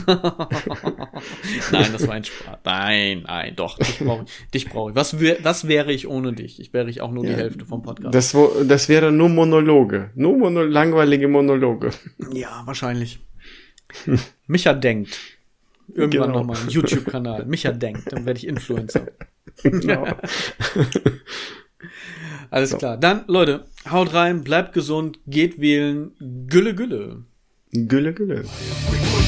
Speaker 1: Nein, das war ein Spaß. Nein, doch. Dich brauche ich. Was wäre ich ohne dich? Wäre ich auch nur die Hälfte vom Podcast.
Speaker 2: Das wäre nur Monologe. Langweilige Monologe.
Speaker 1: Ja, wahrscheinlich. Micha denkt. Irgendwann nochmal einen YouTube-Kanal. Micha denkt, dann werde ich Influencer.
Speaker 2: Genau.
Speaker 1: Alles klar. Dann, Leute, haut rein, bleibt gesund, geht wählen. Gülle, Gülle.
Speaker 2: Gülle, Gülle.